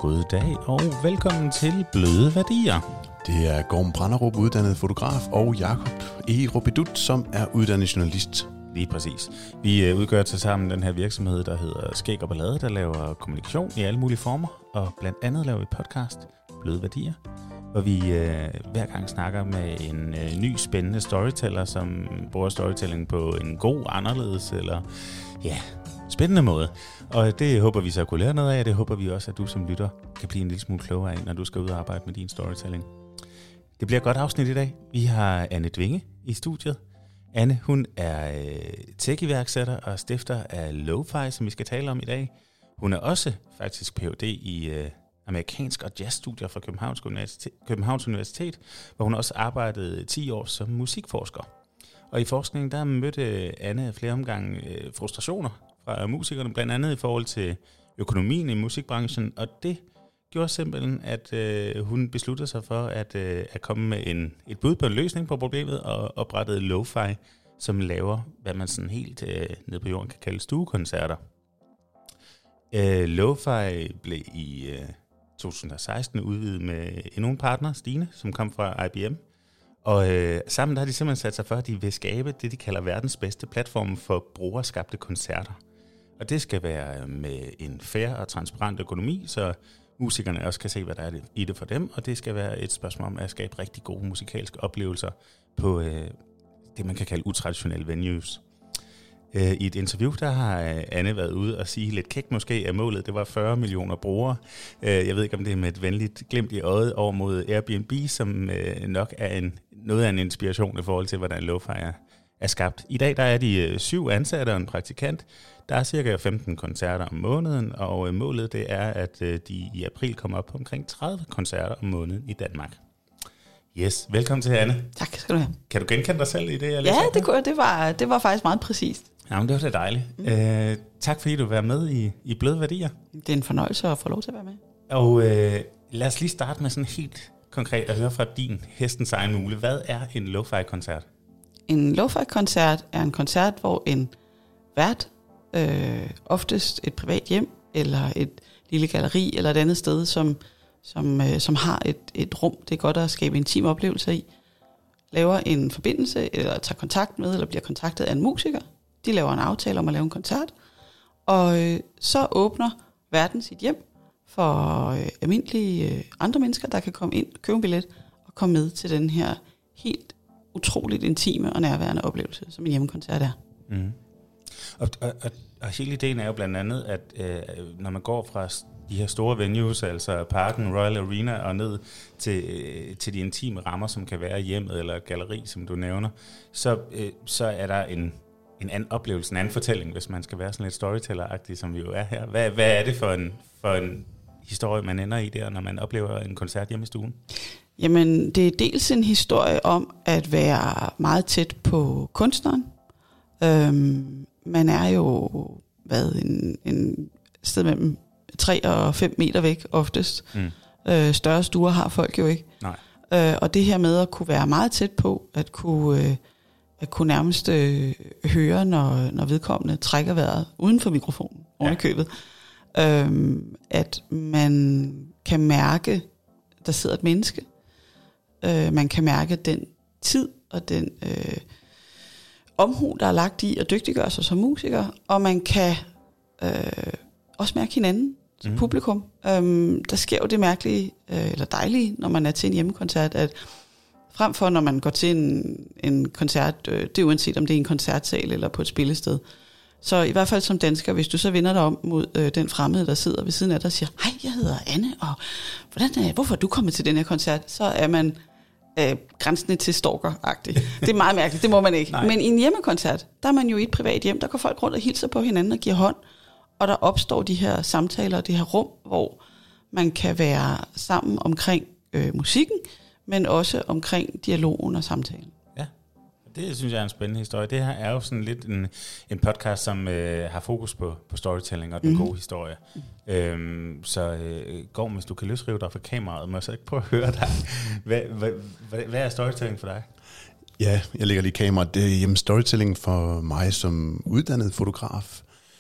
God dag og velkommen til Bløde Værdier. Det er Gorm Branderup, uddannet fotograf, og Jakob E. Robidut, som er uddannet journalist. Lige præcis. Vi udgør til sammen den her virksomhed, der hedder Skæg og Ballade, der laver kommunikation i alle mulige former, og blandt andet laver vi podcast, Bløde Værdier, hvor vi hver gang snakker med en ny spændende storyteller, som bruger storytelling på en god, anderledes eller spændende måde. Og det håber vi så at kunne lære noget af, og det håber vi også, at du som lytter kan blive en lille smule klogere af, når du skal ud og arbejde med din storytelling. Det bliver et godt afsnit i dag. Vi har Anne Dvinge i studiet. Anne, hun er tech-iværksætter og stifter af Lo-Fi, som vi skal tale om i dag. Hun er også faktisk Ph.D. i amerikansk og jazzstudier fra Københavns Universitet, hvor hun også arbejdede 10 år som musikforsker. Og i forskningen, der mødte Anne flere omgange frustrationer fra musikerne, blandt andet i forhold til økonomien i musikbranchen, og det gjorde simpelthen, at hun besluttede sig for at komme med et bud på en løsning på problemet, og oprettede Lo-Fi, som laver, hvad man sådan helt nede på jorden kan kalde stuekoncerter. Lo-Fi blev i 2016 udvidet med endnu en partner, Stine, som kom fra IBM. Og sammen der har de simpelthen sat sig for, at de vil skabe det, de kalder verdens bedste platform for brugerskabte koncerter. Og det skal være med en fair og transparent økonomi, så musikerne også kan se, hvad der er i det for dem. Og det skal være et spørgsmål om at skabe rigtig gode musikalske oplevelser på det, man kan kalde utraditionelle venues. I et interview, der har Anne været ude og sige lidt kægt måske, at målet det var 40 millioner brugere. Jeg ved ikke, om det er med et venligt glimt i øjet over mod Airbnb, som nok er noget af en inspiration i forhold til, hvordan Lo-Fi er skabt. I dag der er de 7 ansatte og en praktikant. Der er cirka 15 koncerter om måneden, og målet det er, at de i april kommer op på omkring 30 koncerter om måneden i Danmark. Yes, velkommen til Anne. Tak skal du have. Kan du genkende dig selv i det, jeg læser? Ja, det kunne jeg. Det var faktisk meget præcist. Jamen, det var da dejligt. Tak fordi du var med i Bløde Værdier. Det er en fornøjelse at få lov til at være med. Og lad os lige starte med sådan helt konkret at høre fra din hestens egen mule. Hvad er en Lo-Fi-koncert? En Lo-Fi-koncert er en koncert, hvor en vært, oftest et privat hjem, eller et lille galleri, eller et andet sted, som har et rum, det er godt at skabe intime oplevelser i, laver en forbindelse, eller tager kontakt med, eller bliver kontaktet af en musiker. De laver en aftale om at lave en koncert, og så åbner værten sit hjem for almindelige andre mennesker, der kan komme ind, købe en billet og komme med til den her helt utroligt intime og nærværende oplevelse, som en hjemmekoncert er. Mm. Og hele ideen er jo blandt andet, at når man går fra de her store venues, altså Parken, Royal Arena, og ned til de intime rammer, som kan være hjemmet eller galleri, som du nævner, så er der en anden oplevelse, en anden fortælling, hvis man skal være sådan lidt storyteller-agtig, som vi jo er her. Hvad er det for en historie, man ender i der, når man oplever en koncert hjemme i stuen? Jamen, det er dels en historie om at være meget tæt på kunstneren. Man er jo en sted mellem 3 og 5 meter væk oftest. Større stuer har folk jo ikke. Nej. Og det her med at kunne være meget tæt på, at kunne nærmest høre, når vedkommende trækker vejret uden for mikrofonen, oven i købet. At man kan mærke, der sidder et menneske. Man kan mærke den tid og den omhu, der er lagt i at dygtiggøre sig som musiker, og man kan også mærke hinanden som publikum. Der sker jo det mærkelige, eller dejlige, når man er til en hjemmekoncert, at frem for når man går til en koncert, det er uanset om det er en koncertsal eller på et spillested, så i hvert fald som dansker, hvis du så vender dig om mod den fremmede, der sidder ved siden af dig og siger, hej, jeg hedder Anne, og hvorfor er du kommet til den her koncert? Så er man grænsende til stalker-agtig. Det er meget mærkeligt, det må man ikke. Nej. Men i en hjemmekoncert, der er man jo i et privat hjem, der går folk rundt og hilser på hinanden og giver hånd, og der opstår de her samtaler, det her rum, hvor man kan være sammen omkring musikken, men også omkring dialogen og samtalen. Ja, det synes jeg er en spændende historie. Det her er jo sådan lidt en podcast, som har fokus på storytelling og den gode historie. Så Gorm, hvis du kan løsrive dig fra kameraet, må jeg så ikke prøve at høre dig. Hvad er storytelling for dig? Ja, jeg lægger lige kameraet. Storytelling for mig som uddannet fotograf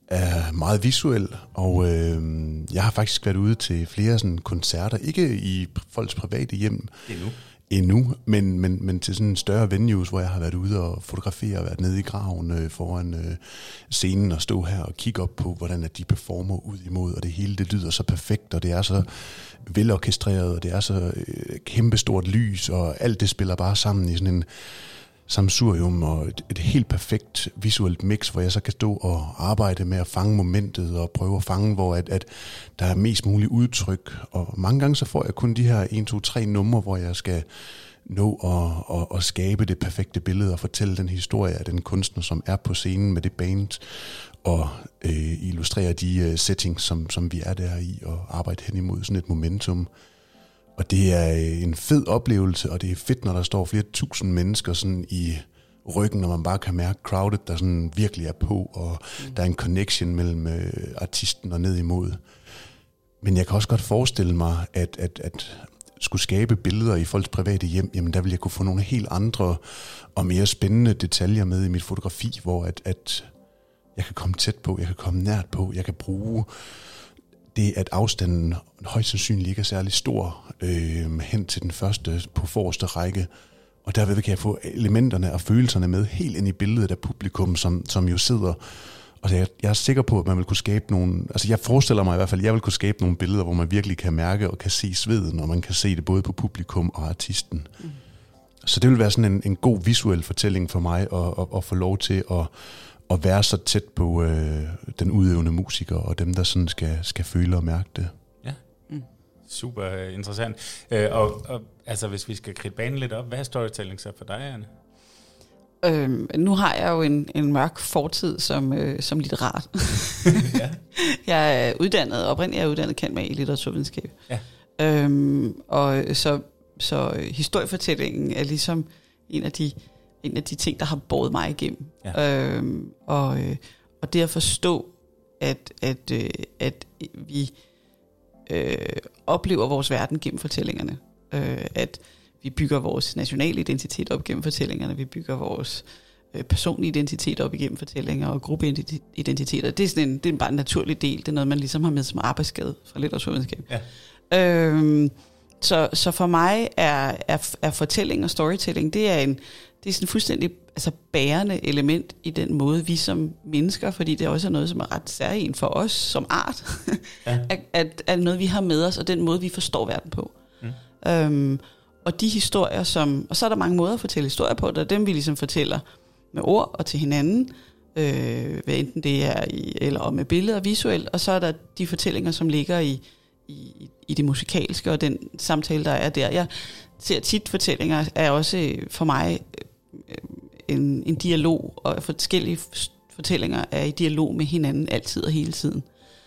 er meget visuel, og jeg har faktisk været ude til flere sådan koncerter, ikke i folks private hjem endnu, men til sådan større venues, hvor jeg har været ude og fotografere og været nede i graven foran scenen og stå her og kigge op på, hvordan at de performer ud imod, og det hele det lyder så perfekt, og det er så velorkestreret, og det er så kæmpestort lys, og alt det spiller bare sammen i sådan en sammensurium og et helt perfekt visuelt mix, hvor jeg så kan stå og arbejde med at fange momentet og prøve at fange, hvor at der er mest muligt udtryk. Og mange gange så får jeg kun de her 1, 2, 3 numre, hvor jeg skal nå at skabe det perfekte billede og fortælle den historie af den kunstner, som er på scenen med det band, og illustrere de settings, som vi er der i, og arbejde hen imod sådan et momentum. Og det er en fed oplevelse, og det er fedt, når der står flere tusind mennesker sådan i ryggen, og man bare kan mærke crowdet, der sådan virkelig er på, og der er en connection mellem artisten og ned imod. Men jeg kan også godt forestille mig, at skulle skabe billeder i folks private hjem, jamen der vil jeg kunne få nogle helt andre og mere spændende detaljer med i mit fotografi, hvor at jeg kan komme tæt på, jeg kan komme nært på, jeg kan bruge det, at afstanden højst sandsynligt ikke er særlig stor hen til den første på forreste række. Og derved kan jeg få elementerne og følelserne med helt ind i billedet af publikum, som jo sidder. Og jeg er sikker på, at man vil kunne skabe nogle... Altså jeg forestiller mig i hvert fald, at jeg vil kunne skabe nogle billeder, hvor man virkelig kan mærke og kan se sveden, og man kan se det både på publikum og artisten. Mm. Så det vil være sådan en god visuel fortælling for mig at få lov til at være så tæt på den udøvende musiker og dem, der sådan skal føle og mærke det. Ja, super interessant. Og altså, hvis vi skal kridte banen lidt op, hvad er storytelling så for dig, Anne? Nu har jeg jo en mørk fortid som litterat. Ja. Jeg er uddannet kendt med i litteraturvidenskab. Ja. Og så historiefortællingen er ligesom en af de ting, der har båret mig igennem. Ja. Og det at forstå, at vi oplever vores verden gennem fortællingerne. At vi bygger vores nationale identitet op gennem fortællingerne. Vi bygger vores personlige identitet op igennem fortællinger og gruppeidentiteter. Det er bare en naturlig del. Det er noget, man ligesom har med som arbejdsskade fra litteraturvidenskab. Ja. Så for mig er fortælling og storytelling, det er sådan fuldstændig bærende element i den måde, vi som mennesker, fordi det også er noget, som er ret særligt for os som art, ja. at noget, vi har med os, og den måde, vi forstår verden på. Mm. Og de historier, og så er der mange måder at fortælle historier på, der er dem, vi ligesom fortæller med ord og til hinanden, hvad enten det er eller med billeder visuelt, og så er der de fortællinger, som ligger i det musikalske, og den samtale, der er der. Jeg ser tit fortællinger, er også for mig en dialog, og forskellige fortællinger er i dialog med hinanden altid og hele tiden.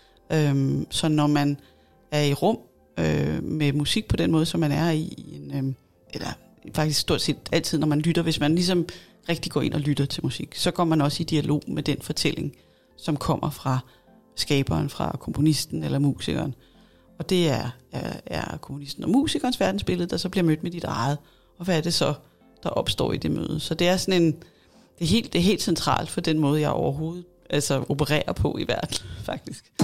Så når man er i rum med musik på den måde, som man er eller faktisk stort set altid, når man lytter, hvis man ligesom rigtig går ind og lytter til musik, så går man også i dialog med den fortælling, som kommer fra skaberen, fra komponisten eller musikeren. Og det er komponisten og musikernes verdensbillede, der så bliver mødt med dit eget. Og hvad er det så, der opstår i det møde? Så det er sådan det er helt centralt for den måde, jeg overhovedet opererer på i verden, faktisk.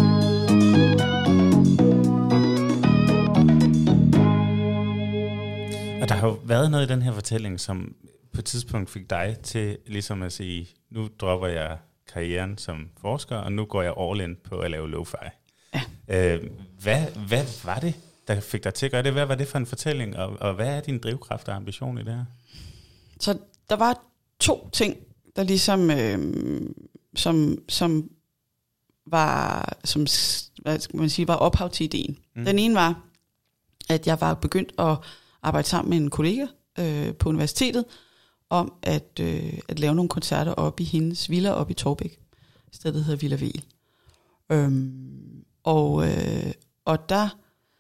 Og der har jo været noget i den her fortælling, som på et tidspunkt fik dig til ligesom at sige, nu dropper jeg karrieren som forsker, og nu går jeg all in på at lave lo-fi. Ja. Hvad var det, der fik dig til at gøre det? Hvad var det for en fortælling, og hvad er din drivkraft og ambition i det her? Så der var 2 ting, der ligesom som var, hvad skal man sige, var ophav til ideen. Mm. Den ene var, at jeg var begyndt at arbejde sammen med en kollega på universitetet om at lave nogle koncerter op i hendes villa op i Torbæk. Stedet hedder Villa Vel. Og der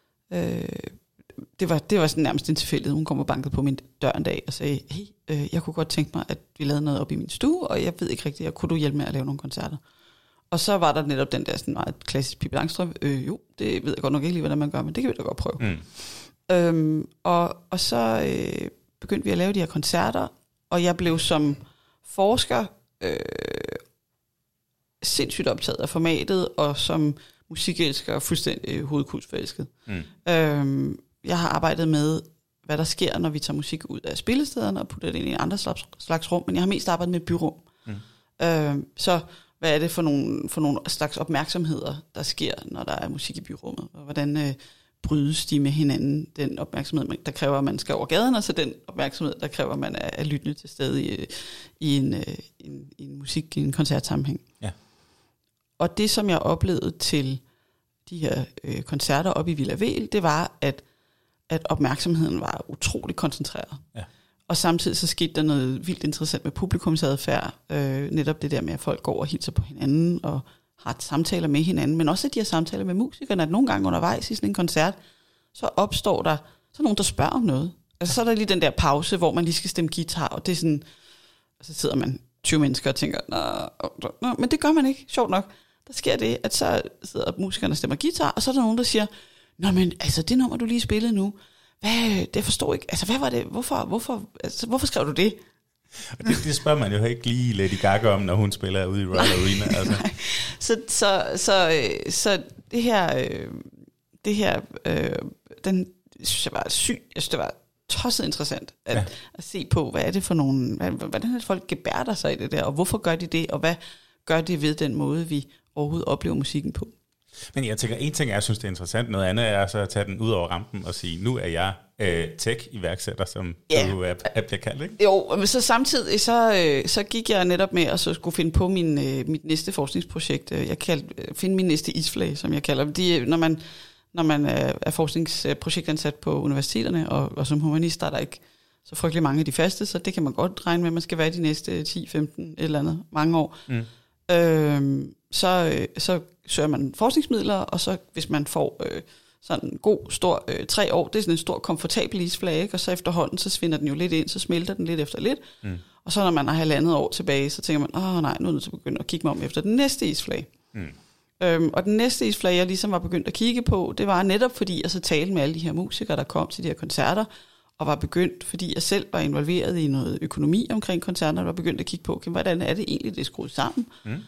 det var sådan nærmest en tilfældighed. Hun kom og bankede på min dør en dag og sagde, hey, jeg kunne godt tænke mig, at vi lavede noget op i min stue, og jeg ved ikke rigtigt, kunne du hjælpe med at lave nogle koncerter? Og så var der netop den der sådan meget klassisk Pippi Langstrømpe. Jo, det ved jeg godt nok ikke lige, hvordan man gør, men det kan vi da godt prøve. Mm. Og så begyndte vi at lave de her koncerter, og jeg blev som forsker sindssygt optaget af formatet, og som musikelsker og fuldstændig hovedkulsforelsket. Jeg har arbejdet med, hvad der sker, når vi tager musik ud af spillestederne og putter det ind i andre slags rum, men jeg har mest arbejdet med byrum. Så hvad er det for nogle slags opmærksomheder, der sker, når der er musik i byrummet, og hvordan brydes de med hinanden, den opmærksomhed, der kræver, at man skal over gaden, og så den opmærksomhed, der kræver, at man er lyttende til stede i en musik, i en koncertsammenhæng. Ja. Og det, som jeg oplevede til de her koncerter oppe i Villa Vel, det var, at opmærksomheden var utrolig koncentreret. Ja. Og samtidig så skete der noget vildt interessant med publikumsadfærd. Netop det der med, at folk går og hilser på hinanden og har samtaler med hinanden, men også at de har samtaler med musikerne, at nogle gange undervejs i sådan en koncert, så opstår der så nogen, der spørger om noget. Altså så er der lige den der pause, hvor man lige skal stemme guitar, og det er sådan, og så sidder man 20 mennesker og tænker, nå, men det gør man ikke, sjovt nok. Der sker det, at så sidder musikerne og stemmer guitar, og så er der nogen, der siger, nå, men altså det nummer, du lige spillede nu, det forstår ikke, altså hvad var det, hvorfor skrev du det? Og det spørger man jo ikke lige Lady Gaga om, når hun spiller ude i Royal Arena. Altså. Så det her, den synes jeg var sygt, jeg synes det var tosset interessant at se på, hvad er det for nogle, hvordan er det folk gebærder sig i det der, og hvorfor gør de det, og hvad gør det ved den måde, vi overhovedet oplever musikken på. Men jeg tænker, en ting er, jeg synes, det er interessant. Noget andet er så at tage den ud over rampen og sige, nu er jeg tech-iværksætter, som du bliver kaldt, ikke? Jo, men så samtidig, så gik jeg netop med at så skulle finde på mit næste forskningsprojekt. Finde min næste isflag, som jeg kalder det. Når man er forskningsprojektansat på universiteterne, og som humanist, der er der ikke så frygtelig mange af de faste, så det kan man godt regne med, at man skal være de næste 10, 15 eller andet, mange år. Så søger man forskningsmidler, og så hvis man får sådan en god, stor 3 år, det er sådan en stor, komfortabel isflage, ikke? Og så efterhånden, så svinder den jo lidt ind, så smelter den lidt efter lidt. Og så når man har 1,5 år tilbage, så tænker man, nej, nu er jeg nødt til at begynde at kigge mig om efter den næste isflage. Og den næste isflage, jeg ligesom var begyndt at kigge på, det var netop fordi, jeg så talte med alle de her musikere, der kom til de her koncerter, og var begyndt, fordi jeg selv var involveret i noget økonomi omkring koncerterne, og var begyndt at kigge på, okay, hvordan er det egentlig, det er skruet sammen?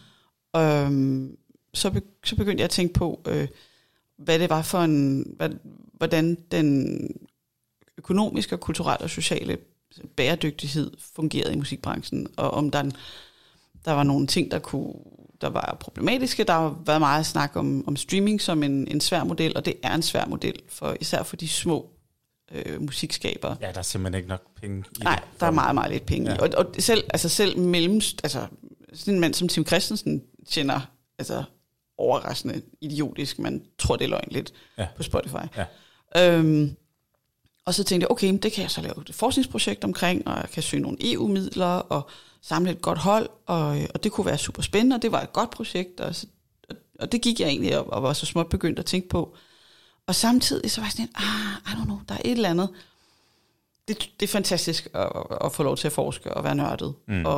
Så begyndte jeg at tænke på, hvad det var for hvordan den økonomiske, og kulturelle og sociale bæredygtighed fungerede i musikbranchen, og om der var nogle ting, der var problematiske. Der har været meget snak om streaming som en svær model, og det er en svær model, især for de små musikskabere. Ja, der er simpelthen ikke nok penge i det. Nej, der er meget, meget lidt penge i. Og selv mellem, sådan en mand som Tim Christensen tjener overraskende idiotisk, man tror det er løgn lidt på Spotify. Ja. Og så tænkte jeg, okay, det kan jeg så lave et forskningsprojekt omkring, og jeg kan søge nogle EU-midler, og samle et godt hold, og det kunne være super spændende, og det var et godt projekt, og det gik jeg egentlig og var så småt begyndt at tænke på. Og samtidig så var jeg sådan, I don't know, der er et eller andet. Det er fantastisk at få lov til at forske og være nørdet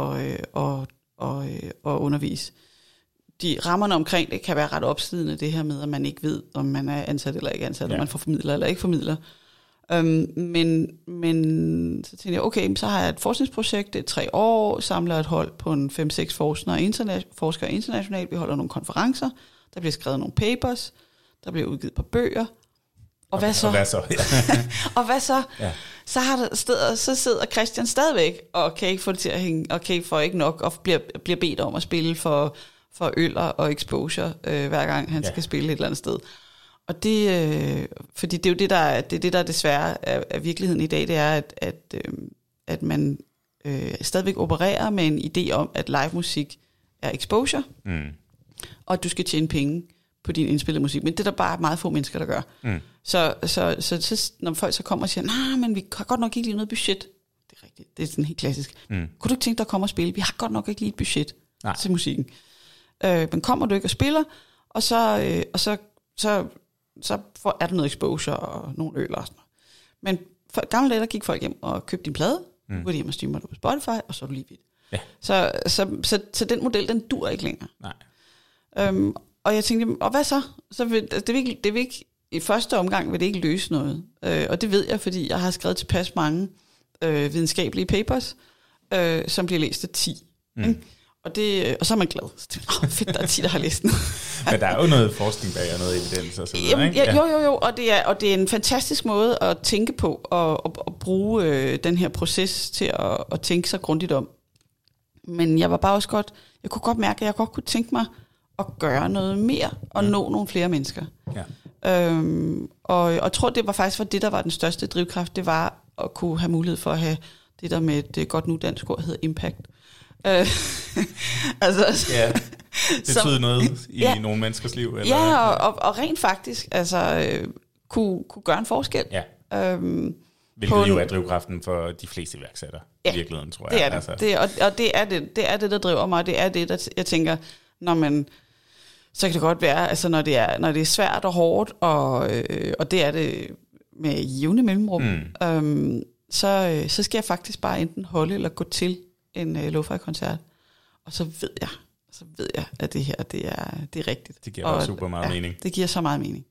og undervise. De rammerne omkring det kan være ret opslidende, det her med, at man ikke ved, om man er ansat eller ikke ansat, om man får formidler eller ikke formidler. Men så tænkte jeg, okay, så har jeg et forskningsprojekt, det er 3 år, samler et hold på en 5-6 forskere internationalt, vi holder nogle konferencer, der bliver skrevet nogle papers, der bliver udgivet på bøger. Og hvad så? Og hvad så? Ja. Så sidder Christian stadigvæk, og kan ikke få det til at hænge, og kan får ikke nok, og bliver bedt om at spille for øller og exposure, hver gang han skal spille et eller andet sted. Og det, fordi det er jo det der desværre er virkeligheden i dag, det er, at man stadigvæk opererer med en idé om, at live musik er exposure, og at du skal tjene penge på din indspillede musik. Men det er der bare meget få mennesker, der gør. Så når folk så kommer og siger, men vi har godt nok ikke lige noget budget. Det er rigtigt, det er sådan helt klassisk. Kunne du ikke tænke dig at komme og spille? Vi har godt nok ikke lige et budget til musikken. Men kommer du ikke og spiller, og så er der noget exposure og nogle øl og sådan noget. Men for gamle dage, der gik folk hjem og købte din plade, nu går de hjem og streamer det på Spotify, og så er du lige vidt. Ja. Så den model, den dur ikke længere. Nej. Og jeg tænkte, og hvad så? Det vil ikke, i første omgang vil det ikke løse noget. Og det ved jeg, fordi jeg har skrevet tilpas mange videnskabelige papers, som bliver læst af 10. Og så er man glad. Fedt, der er 10, der har læst den. Men der er jo noget forskning bag og noget evidens og så videre, ikke? Ja. Jo, og det er en fantastisk måde at tænke på, og bruge den her proces til at tænke sig grundigt om. Men jeg kunne godt mærke, at jeg godt kunne tænke mig at gøre noget mere, og nå nogle flere mennesker. Ja. Og jeg tror, det var faktisk det, der var den største drivkraft, det var at kunne have mulighed for at have det der med et godt nu dansk ord, hedder impact. Altså, ja, det betyder noget i nogle menneskers liv. Eller? Ja, og rent faktisk kunne gøre en forskel. Ja. Hvilket jo er drivkraften for de fleste iværksættere i virkeligheden, tror jeg. Det er det. Altså. Og det er det, der driver mig, og det er det, der jeg tænker, så kan det godt være, altså når det er svært og hårdt, og det er det med jævne mellemrum, så skal jeg faktisk bare enten holde eller gå til en lo-fi-koncert, og så ved jeg, at det her, det er rigtigt. Det giver bare super meget mening. Det giver så meget mening.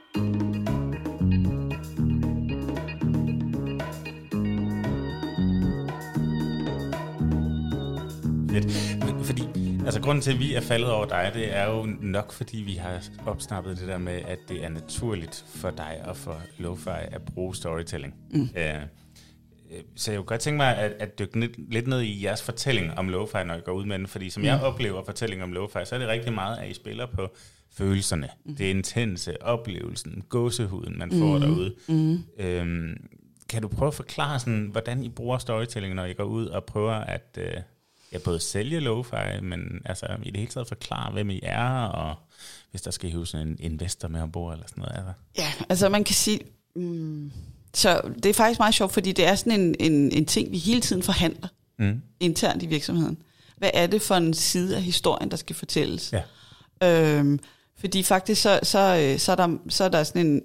Fordi, altså grunden til, at vi er faldet over dig, det er jo nok, fordi vi har opsnappet det der med, at det er naturligt for dig og for lo-fi at bruge storytelling. Så jeg kunne godt tænke mig at dykke lidt ned i jeres fortælling om lo-fi, når I går ud med den. Fordi som jeg oplever fortællingen om lo-fi, så er det rigtig meget, at I spiller på følelserne. Det intense, oplevelsen, gåsehuden, man får derude. Kan du prøve at forklare, sådan, hvordan I bruger storytelling, når I går ud og prøver at både sælge lo-fi, men altså i det hele taget forklare, hvem I er, og hvis der skal hive sådan en investor med ombord eller sådan noget? Altså. Ja, altså man kan sige... Så det er faktisk meget sjovt, fordi det er sådan en ting, vi hele tiden forhandler internt i virksomheden. Hvad er det for en side af historien, der skal fortælles? Ja. Fordi faktisk så er der sådan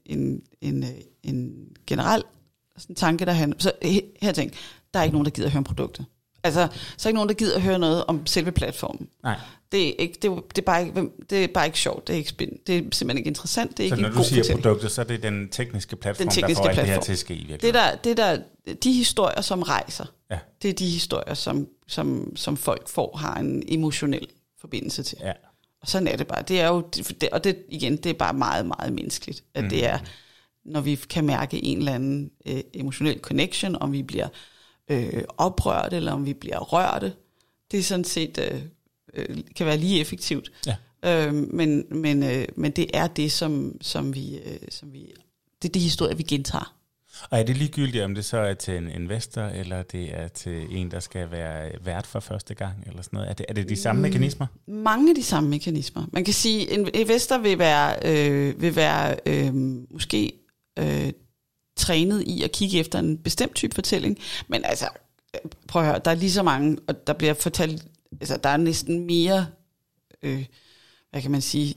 en generel sådan tanke, der handler... Så her tænk, der er ikke nogen, der gider at høre om produktet. Altså, så er ikke nogen, der gider at høre noget om selve platformen. Nej. Det er bare ikke sjovt, det er ikke spændende, det er simpelthen ikke interessant, det er så ikke en god når du siger fortælling. produkter, så er det den tekniske platform, der får alt det her til at ske i virkeligheden? De historier, som rejser, det er de historier, som folk har en emotionel forbindelse til. Ja. Og sådan er det bare. Det er jo, og det igen, det er bare meget, meget menneskeligt, at det er, når vi kan mærke en eller anden emotionel connection, om vi bliver oprørte, eller om vi bliver rørte. Det er sådan set kan være lige effektivt. Ja. Men det er det, som vi det er de historier, vi gentager. Og er det ligegyldigt, om det så er til en investor, eller det er til en, der skal være vært for første gang, eller sådan noget? Er det de samme mekanismer? Mange af de samme mekanismer. Man kan sige, en investor vil være måske trænet i at kigge efter en bestemt type fortælling, men altså, prøv at høre, der er lige så mange, og der bliver fortalt, altså der er næsten mere, hvad kan man sige,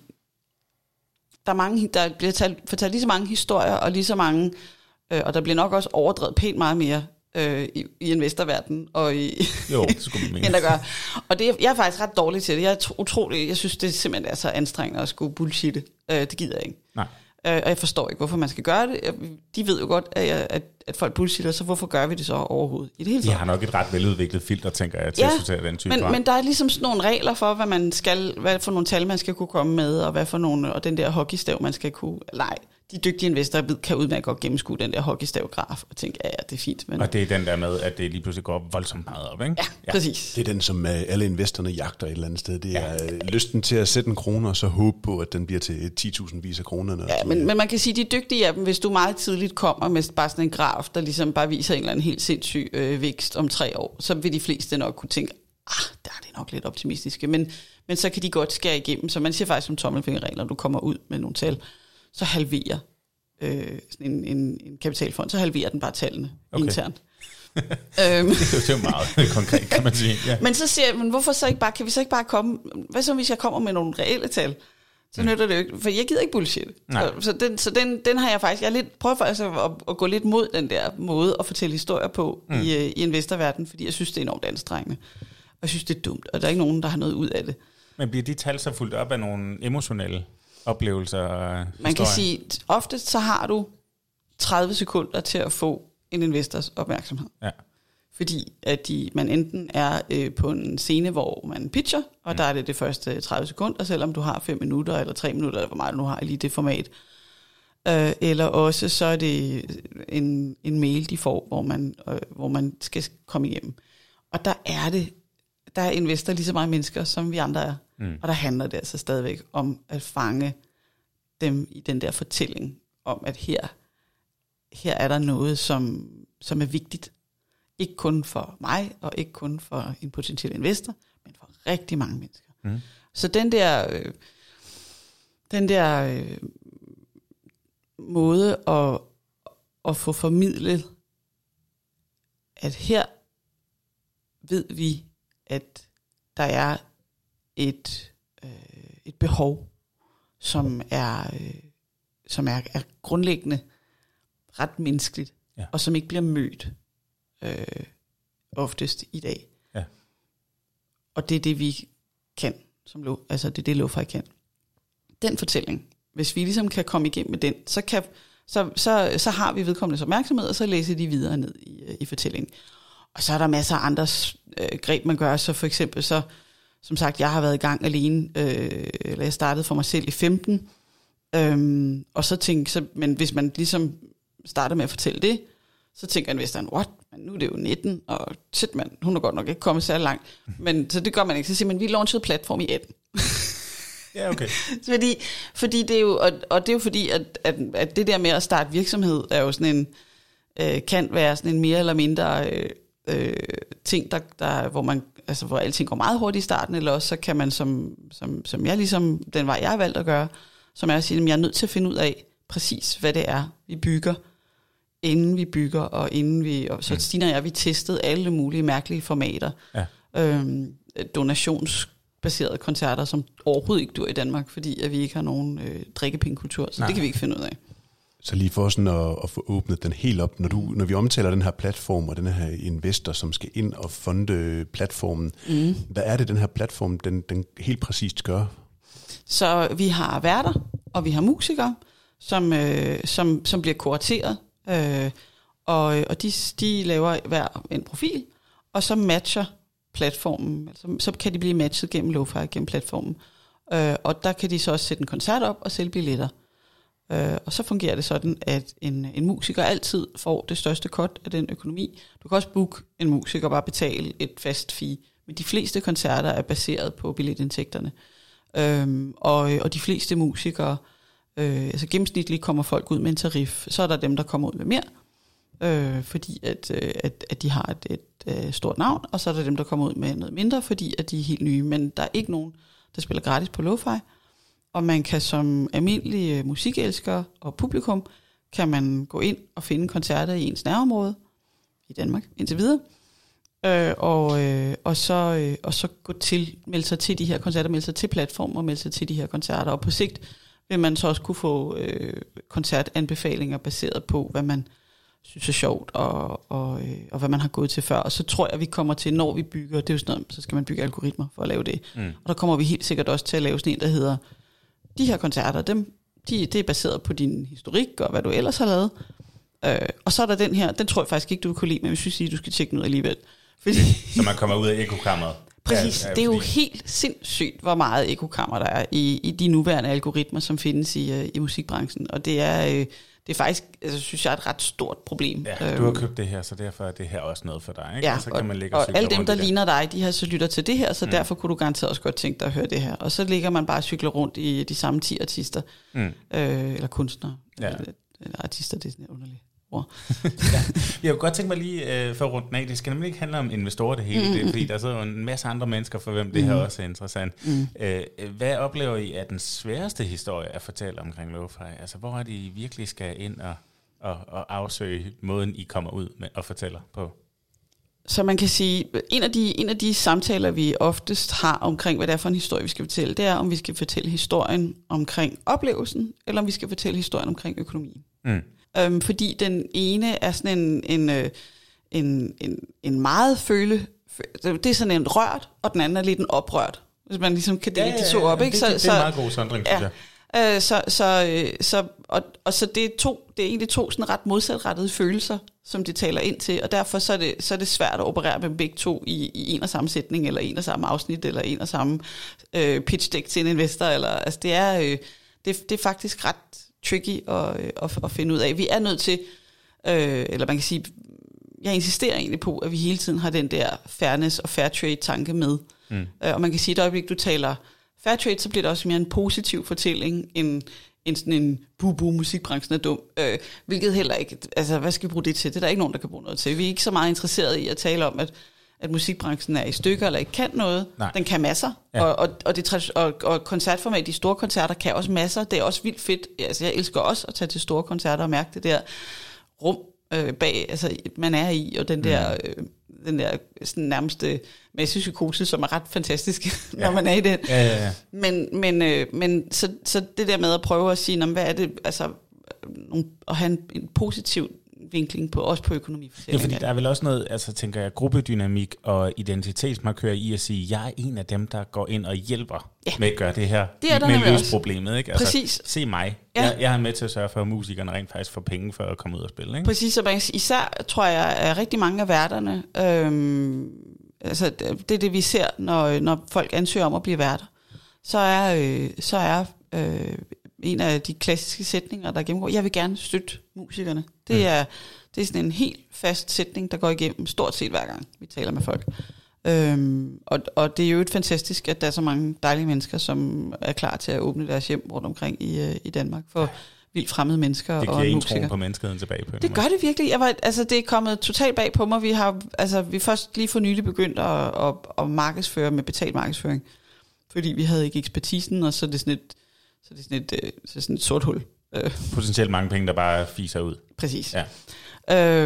der bliver fortalt lige så mange historier, og lige så mange, og der bliver nok også overdrevet pænt meget mere i investorverdenen, og jo, det skulle man mene. end der gør. Og jeg er faktisk ret dårlig til det. Jeg synes, det simpelthen er så anstrengende at skulle bullshitte. Det gider jeg ikke. Nej. Og jeg forstår ikke, hvorfor man skal gøre det. De ved jo godt, at folk bullshitter, så hvorfor gør vi det så overhovedet i det hele taget? De har nok et ret veludviklet filter, tænker jeg, til at sortere den type. Men der er ligesom sådan nogle regler for, hvad for nogle tal, man skal kunne komme med, og hvad for nogle, og den der hockeystav, man skal kunne... Nej, de dygtige investorer kan udmærket godt gennemskue den der hockeystav-graf, og tænke, ja, det er fint. Men... Og det er den der med, at det lige pludselig går voldsomt meget op, ikke? Ja, præcis. Det er den, som alle investorerne jagter et eller andet sted. Det er lysten til at sætte en krone, og så håbe på, at den bliver til 10.000 vis af kronerne. Ja, men man kan sige, de er dygtige af dem, hvis du meget tidligt kommer med bare sådan en graf, der ligesom bare viser en eller anden helt sindssyg vækst om 3 år, så vil de fleste nok kunne tænke, der er det nok lidt optimistiske, men så kan de godt skære igennem. Så man siger faktisk som tommelfingerregel, når du kommer ud med nogle tal, så halverer sådan en kapitalfond, så halverer den bare tallene internt. Det er jo meget konkret, kan man sige. Ja. Men så siger jeg, hvorfor så ikke bare, kan vi så ikke bare komme, hvad så hvis jeg kommer med nogle reelle tal? Så nytter det jo ikke, for jeg gider ikke bullshit. Så den har jeg faktisk, prøver faktisk at gå lidt mod den der måde at fortælle historier på i investorverdenen, fordi jeg synes, det er enormt anstrengende. Og jeg synes, det er dumt, og der er ikke nogen, der har noget ud af det. Men bliver de tal så fulgt op af nogle emotionelle oplevelser og historier? Man kan sige, oftest så har du 30 sekunder til at få en investors opmærksomhed. Ja. fordi at man enten er på en scene, hvor man pitcher, og der er det første 30 sekunder, selvom du har 5 minutter eller 3 minutter, eller hvor meget du nu har i lige det format. Eller også så er det en mail, de får, hvor man skal komme igennem. Og der er investor lige så mange mennesker, som vi andre er. Og der handler det altså stadigvæk om at fange dem i den der fortælling, om at her er der noget, som er vigtigt. Ikke kun for mig, og ikke kun for en potentiel investor, men for rigtig mange mennesker. Så den der måde at få formidlet, at her ved vi, at der er et behov, som er grundlæggende ret menneskeligt, og som ikke bliver mødt oftest i dag. Ja. Og det er det, vi kan, altså det er det, Lo-Fi kan. Den fortælling, hvis vi ligesom kan komme igennem med den, så har vi vedkommendes opmærksomhed, og så læser de videre ned i fortællingen. Og så er der masser af andre greb, man gør. Så for eksempel, som sagt, jeg har været i gang alene, eller jeg startede for mig selv i 15, og så tænkte men hvis man ligesom starter med at fortælle det, så tænker investoren, what? Men nu er det jo 19, og shit mand, hun er godt nok ikke kommet særlig langt. Men så det gør man ikke. Så siger man, vi launchede platform i 18. Ja, okay. fordi det er jo, og det er jo fordi, at det der med at starte virksomhed, er jo sådan kan være sådan en mere eller mindre ting, der hvor man, altså hvor alting går meget hurtigt i starten, eller også så kan man, som jeg ligesom, den vej jeg har valgt at gøre, som er at sige, at jeg er nødt til at finde ud af præcis, hvad det er, vi bygger, inden vi bygger, og inden vi, og så Stine og jeg, vi testede alle mulige mærkelige formater, donationsbaserede koncerter, som overhovedet ikke dur i Danmark, fordi at vi ikke har nogen drikkepengekultur, så det kan vi ikke finde ud af. Så lige for sådan at få åbnet den helt op, når vi omtaler den her platform, og den her investor, som skal ind og funde platformen, hvad er det, den her platform, den helt præcist gør? Så vi har værter, og vi har musikere, som bliver kurateret, og de laver hver en profil, og så matcher platformen, så kan de blive matchet gennem Lo-Fi, gennem platformen, og der kan de så også sætte en koncert op og sælge billetter. Og så fungerer det sådan, at en musiker altid får det største cut af den økonomi. Du kan også booke en musiker og bare betale et fast fee, men de fleste koncerter er baseret på billetindtægterne. Og de fleste musikere, altså gennemsnitligt kommer folk ud med en tarif, så er der dem, der kommer ud med mere, fordi at de har et stort navn, og så er der dem, der kommer ud med noget mindre, fordi at de er helt nye. Men der er ikke nogen, der spiller gratis på Lo-Fi, og man kan som almindelige musikelskere og publikum, kan man gå ind og finde koncerter i ens nærområde, i Danmark indtil videre, og så melde sig til de her koncerter, melde sig til platform og melde sig til de her koncerter, og på sigt vil man så også kunne få koncertanbefalinger baseret på, hvad man synes er sjovt, og hvad man har gået til før. Og så tror jeg, vi kommer til, når vi bygger, det er jo sådan noget, så skal man bygge algoritmer for at lave det. Og der kommer vi helt sikkert også til at lave sådan en, der hedder, de her koncerter, det er baseret på din historik, og hvad du ellers har lavet. Og så er der den her, den tror jeg faktisk ikke, du vil kunne lide, men jeg synes, du skal tjekke den ud alligevel. Fordi så man kommer ud af ekokammeret. Præcis, det er jo helt sindssygt, hvor meget ekokammer der er i de nuværende algoritmer, som findes i musikbranchen. Og det er faktisk, altså, synes jeg, et ret stort problem. Ja, du har købt det her, så derfor er det her også noget for dig, ikke? Ja, og så kan man ligge og alle dem, der ligner dig, de har så lytter til det her, så derfor kunne du garanteret også godt tænke dig at høre det her. Og så ligger man bare og cykler rundt i de samme 10 artister, eller kunstnere, eller artister, det er sådan underligt. Ja. Jeg kunne godt tænke mig lige for rundt af, det skal nemlig ikke handle om investorer det hele, det, fordi der sidder en masse andre mennesker, for hvem det her også er interessant. Hvad oplever I er den sværeste historie at fortælle omkring Lo-Fi? Altså hvor er de virkelig skal ind og afsøge måden, I kommer ud med og fortæller på? Så man kan sige, en af de samtaler, vi oftest har omkring, hvad det er for en historie, vi skal fortælle, det er, om vi skal fortælle historien omkring oplevelsen, eller om vi skal fortælle historien omkring økonomien. Fordi den ene er sådan en meget det er sådan en rørt, og den anden er lidt en oprørt. Hvis man ligesom kan dele de to op, ikke? Det er en meget god sondring, synes Så det er egentlig to sådan ret modsatrettede følelser, som de taler ind til, og derfor så er det svært at operere med begge to i en og samme sætning, eller en og samme afsnit, eller en og samme pitch deck til en investor. Altså det er faktisk ret tricky at finde ud af. Vi er nødt til, eller man kan sige, jeg insisterer egentlig på, at vi hele tiden har den der fairness og fair trade tanke med. Og man kan sige, at et øjeblik, du taler fair trade, så bliver det også mere en positiv fortælling, end sådan en musikbranchen er dum. Hvilket heller ikke, altså hvad skal vi bruge det til? Det er der ikke nogen, der kan bruge noget til. Vi er ikke så meget interesserede i at tale om, at musikbranchen er i stykker, eller ikke kan noget. Nej. Den kan masser. Ja. Og koncertformat, de store koncerter kan også masser. Det er også vildt fedt. Altså jeg elsker også at tage til store koncerter og mærke det der rum bag, altså man er i, og den der sådan nærmeste massepsykose, som er ret fantastisk, når man er i den. Ja. Men så det der med at prøve at sige, hvad er det, altså at have en positiv vinkling på, også på økonomi. Ja, fordi der er vel også noget, altså tænker jeg, gruppedynamik og identitetsmarkør i at sige, jeg er en af dem, der går ind og hjælper med at gøre det her, det med at løse problemet. Ikke? Altså, præcis. Se mig. Ja. Jeg er med til at sørge for, at musikerne rent faktisk får penge for at komme ud og spille. Ikke? Præcis, og især tror jeg, at rigtig mange af værterne, altså det er det, vi ser, når folk ansøger om at blive værter, så er en af de klassiske sætninger, der gennemgår, jeg vil gerne støtte musikerne. Det er sådan en helt fast sætning, der går igennem stort set hver gang, vi taler med folk. Og det er jo et fantastisk, at der er så mange dejlige mennesker, som er klar til at åbne deres hjem rundt omkring i Danmark for vildt fremmede mennesker og musikere. Det giver en troen på menneskeheden tilbage på. Det gør det virkelig. Det er kommet totalt bag på mig. Vi først lige for nylig begyndt at markedsføre med betalt markedsføring, fordi vi havde ikke ekspertisen, og så er det sådan et sort hul. Potentielt mange penge, der bare fiser ud. Præcis. Ja.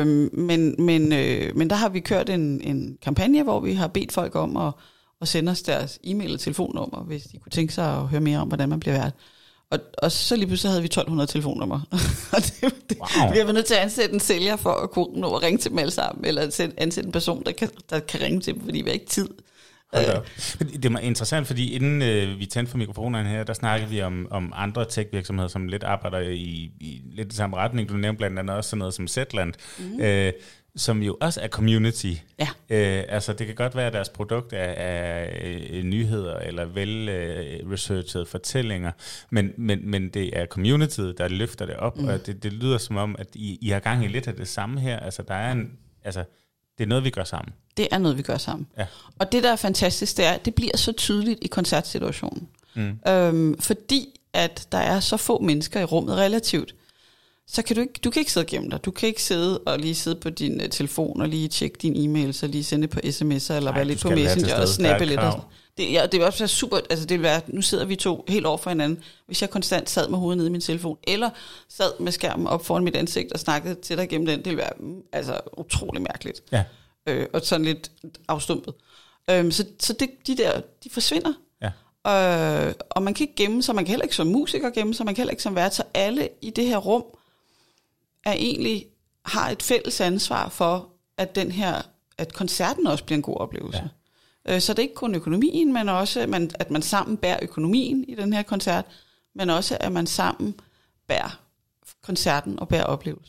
Men der har vi kørt en kampagne, hvor vi har bedt folk om at sende os deres e-mail og telefonnummer, hvis de kunne tænke sig at høre mere om, hvordan man bliver vært. Og så lige pludselig havde vi 1200 telefonnummer. Og vi har været nødt til at ansætte en sælger for at kunne nå at ringe til dem alle sammen, eller ansætte en person, der kan ringe til dem, fordi vi har ikke tid. Det er interessant, fordi inden vi tændte for mikrofonerne her, der snakkede vi om andre tech-virksomheder, som lidt arbejder i lidt i samme retning. Du nævnte blandt andet også sådan noget som Zetland, som jo også er community. Ja. Altså det kan godt være, at deres produkt er nyheder eller vel-researchede fortællinger, men det er communityet, der løfter det op, og det lyder som om, at I har gang i lidt af det samme her. Altså der er det er noget, vi gør sammen. Det er noget, vi gør sammen. Ja. Og det, der er fantastisk, det er, at det bliver så tydeligt i koncertsituationen. Fordi at der er så få mennesker i rummet relativt, så kan du kan ikke sidde og gemme dig. Du kan ikke sidde og lige sidde på din telefon og lige tjekke din e-mails og lige sende på sms'er eller være lidt på Messenger og snappe lidt. Det vil også være super, altså det vil være, nu sidder vi to helt over for hinanden, hvis jeg konstant sad med hovedet nede i min telefon, eller sad med skærmen op foran mit ansigt og snakkede til dig gennem den, det ville være altså utrolig mærkeligt. Ja. Og sådan lidt afstumpet. Så de forsvinder. Ja. Og man kan ikke gemme sig, man kan heller ikke som musiker gemme sig, man kan heller ikke som vært, så alle i det her rum har et fælles ansvar for, at koncerten også bliver en god oplevelse. Ja. Så det er ikke kun økonomien, men også, at man sammen bærer økonomien i den her koncert, men også, at man sammen bærer koncerten og bærer oplevelsen.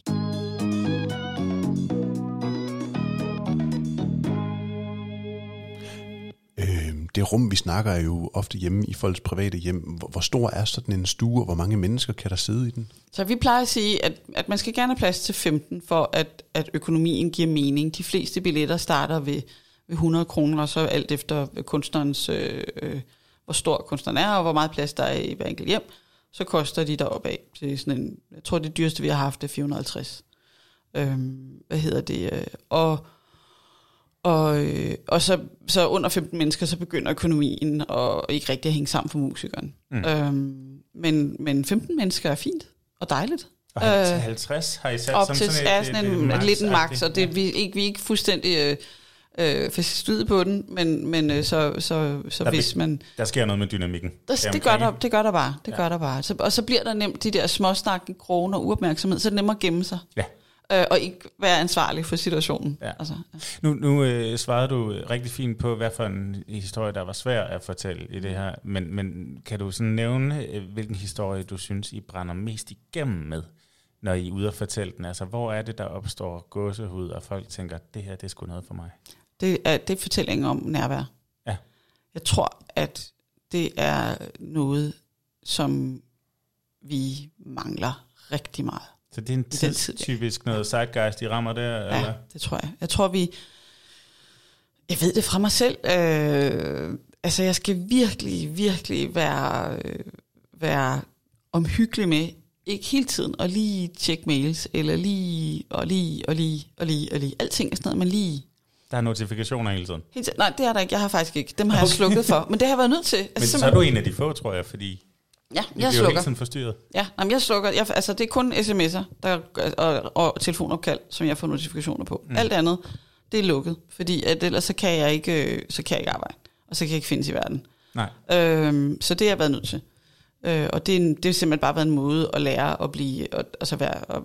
Det rum, vi snakker, er jo ofte hjemme i folks private hjem. Hvor stor er sådan en stue, og hvor mange mennesker kan der sidde i den? Så vi plejer at sige, at man skal gerne have plads til 15, for at økonomien giver mening. De fleste billetter starter ved 100 kroner, og så alt efter kunstnerens, hvor stor kunstneren er, og hvor meget plads der er i hver enkelt hjem, så koster de deroppe af. Til sådan en, jeg tror, det dyreste, vi har haft, er 450. Og så under 15 mennesker, så begynder økonomien og ikke rigtig at hænge sammen for musikeren. Men 15 mennesker er fint og dejligt. Og 50 har I sat op som til sådan et lidt en max, og det, vi er ikke fuldstændig faststødet på den, men så hvis man... Der sker noget med dynamikken. Det gør der bare. Og så bliver der nemt de der småsnakke kroner og uopmærksomhed, så er det nemmere at gemme sig. Ja. og ikke være ansvarlig for situationen. Ja. Altså, Nu svarede du rigtig fint på, hvad for en historie, der var svær at fortælle i det her, men kan du sådan nævne, hvilken historie, du synes, I brænder mest igennem med, når I er ude og fortælle den? Altså, hvor er det, der opstår gåsehud, og folk tænker, det her, det er sgu noget for mig? Det er fortællingen om nærvær. Ja. Jeg tror, at det er noget, som vi mangler rigtig meget. Så det er en tidstypisk noget zeitgeist, de rammer der? Ja, eller? Det tror jeg. Jeg tror, jeg ved det fra mig selv. Altså, jeg skal virkelig være omhyggelig med, ikke hele tiden, og lige tjekke mails, eller lige. Alting er sådan noget, man lige... Der er notifikationer hele tiden? Nej, det er der ikke. Jeg har faktisk ikke. Dem har jeg slukket for. Men det har jeg været nødt til. Men så er du en af de få, tror jeg, fordi... Ja, jeg slukker. slukker. Helt sådan forstyrret. Ja, jeg slukker. Altså, det er kun sms'er og telefonopkald, som jeg får notifikationer på. Alt andet, det er lukket. Fordi at ellers så kan jeg ikke arbejde. Og så kan jeg ikke findes i verden. Nej. Så det har jeg været nødt til. Og det har simpelthen bare været en måde at lære at blive... Altså være...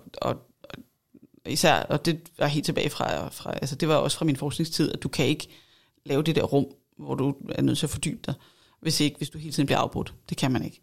Især, og det var helt tilbage fra altså det var også fra min forskningstid, at du kan ikke lave det der rum, hvor du er nødt til at fordybe dig, hvis du hele tiden bliver afbrudt. Det kan man ikke.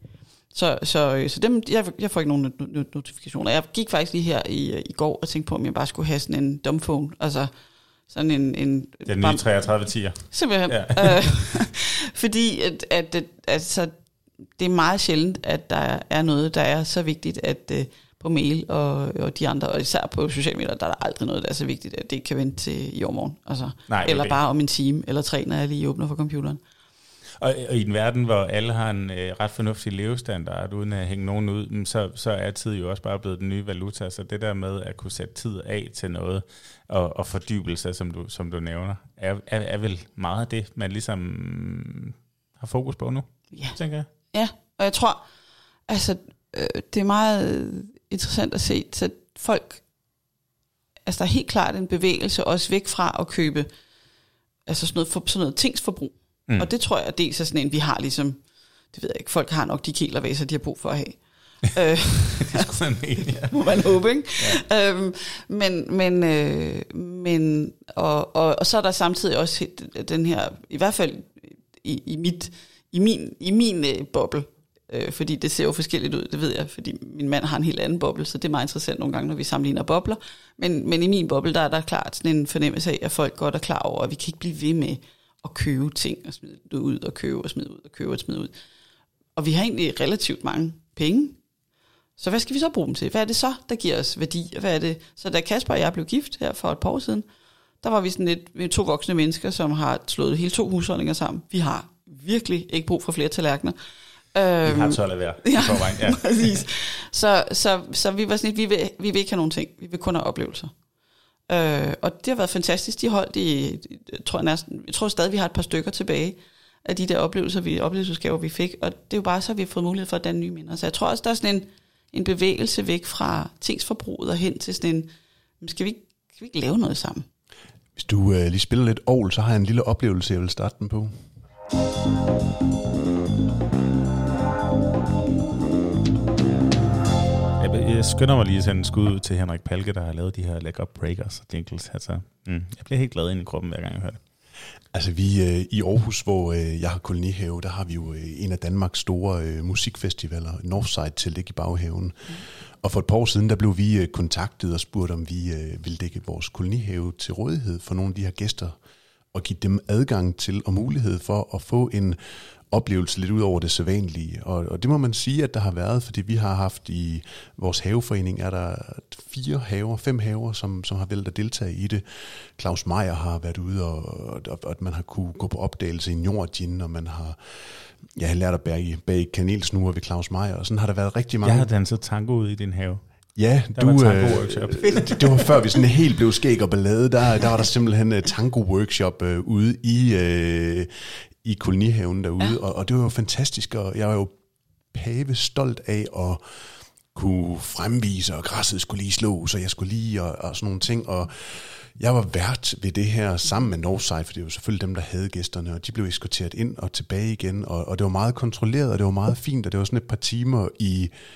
Så dem, jeg får ikke nogen notifikationer. Jeg gik faktisk lige her i går og tænkte på, om jeg bare skulle have sådan en dumbphone, altså sådan en den nye 3310'er. Simpelthen. Ja. Fordi altså, det er meget sjældent, at der er noget, der er så vigtigt, at på mail og de andre, og især på sociale medier, der er der aldrig noget, der er så vigtigt, at det ikke kan vente til i overmorgen. Altså, eller bare om en time eller 3, når jeg lige åbner for computeren. Og i en verden, hvor alle har en ret fornuftig levestandard, uden at hænge nogen ud, så er tid jo også bare blevet den nye valuta. Så det der med at kunne sætte tid af til noget, og fordybelse, som du nævner, er vel meget af det, man ligesom har fokus på nu, tænker jeg. Ja, og jeg tror, altså, det er meget interessant at se, så folk, altså der er helt klart en bevægelse også væk fra at købe altså sådan noget tingsforbrug. Og det tror jeg dels er sådan en, vi har ligesom, det ved jeg ikke, folk har nok de kælervaser, de har brug for at have. Det skulle man mene, ja. Må man håbe, ikke? Ja. Og så er der samtidig også den her, i hvert fald i min boble, fordi det ser jo forskelligt ud, det ved jeg, fordi min mand har en helt anden boble, så det er meget interessant nogle gange, når vi sammenligner bobler. Men i min boble, der er der klart sådan en fornemmelse af, at folk godt er klar over, at vi kan ikke blive ved med at købe ting og smide det ud, og købe og smide ud, og købe og smide ud. Og vi har egentlig relativt mange penge. Så hvad skal vi så bruge dem til? Hvad er det så, der giver os værdi? Hvad er det? Så da Kasper og jeg blev gift her for et par år siden, der var vi sådan lidt 2 voksne mennesker, som har slået hele 2 husholdninger sammen. Vi har virkelig ikke brug for flere tallerkener. Vi har 12 af hver. Ja, præcis. Så vi var sådan lidt, vi vil ikke have nogen ting. Vi vil kun have oplevelser. Og det har været fantastisk. De holdt jeg tror stadig, vi har et par stykker tilbage af de der oplevelsesudgaver, vi fik. Og det er jo bare så, vi har fået mulighed for at danne nye minder. Så jeg tror også, der er sådan en bevægelse væk fra tingsforbruget og hen til sådan en, skal vi ikke lave noget sammen? Hvis du lige spiller lidt orgel, så har jeg en lille oplevelse, jeg vil starte den på. Jeg skynder mig lige at sende en skud ud til Henrik Palke, der har lavet de her Leg Up Breakers og jingles. Altså, jeg bliver helt glad ind i kroppen, hver gang jeg hører det. Altså vi i Aarhus, hvor jeg har kolonihave, der har vi jo en af Danmarks store musikfestivaler, Northside, til at ligge i baghaven. Og for et par år siden, der blev vi kontaktet og spurgt, om vi ville lægge vores kolonihave til rådighed for nogle af de her gæster, og give dem adgang til og mulighed for at få en oplevelse lidt ud over det sædvanlige. Og det må man sige, at der har været, fordi vi har haft i vores haveforening, er der 5 haver, som har valgt at deltage i det. Claus Meyer har været ude, og at man har kunne gå på opdagelse i Nordgin, og man har lært at bage kanelsnure ved Claus Meyer, og sådan har der været rigtig mange. Jeg har danset tango ud i din have. Ja, det var før vi sådan helt blev skæg og ballade, der var der simpelthen tango-workshop ude i kolonihaven derude, ja. og det var jo fantastisk, og jeg var jo pave stolt af at kunne fremvise, og græsset skulle lige slå, så jeg skulle lige, og sådan nogle ting, og jeg var vært ved det her sammen med Northside, for det var jo selvfølgelig dem, der havde gæsterne, og de blev eskorteret ind og tilbage igen, og det var meget kontrolleret, og det var meget fint, og det var sådan et par timer i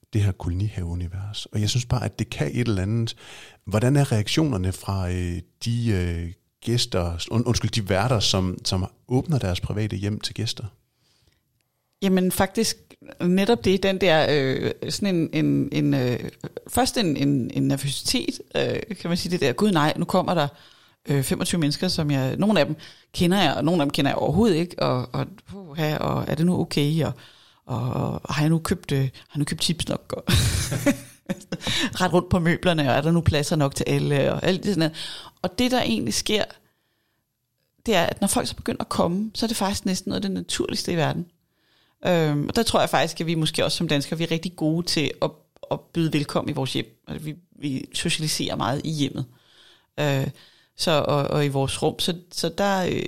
det her kolonihaveunivers. Og jeg synes bare, at det kan et eller andet. Hvordan er reaktionerne fra de gæster, de værter, som åbner deres private hjem til gæster? Jamen faktisk netop det, den der sådan først en nervøsitet, kan man sige det der, gud nej, nu kommer der 25 mennesker, som nogle af dem kender jeg, og nogle af dem kender jeg overhovedet ikke, og er det nu okay, og har jeg nu købt chips nok, og ret rundt på møblerne, og er der nu pladser nok til alle, og alt det sådan noget. Og det der egentlig sker, det er, at når folk så begynder at komme, så er det faktisk næsten noget af det naturligste i verden. Og der tror jeg faktisk, at vi måske også som danskere, vi er rigtig gode til at byde velkommen i vores hjem. Altså, vi socialiserer meget i hjemmet. Og i vores rum. Så der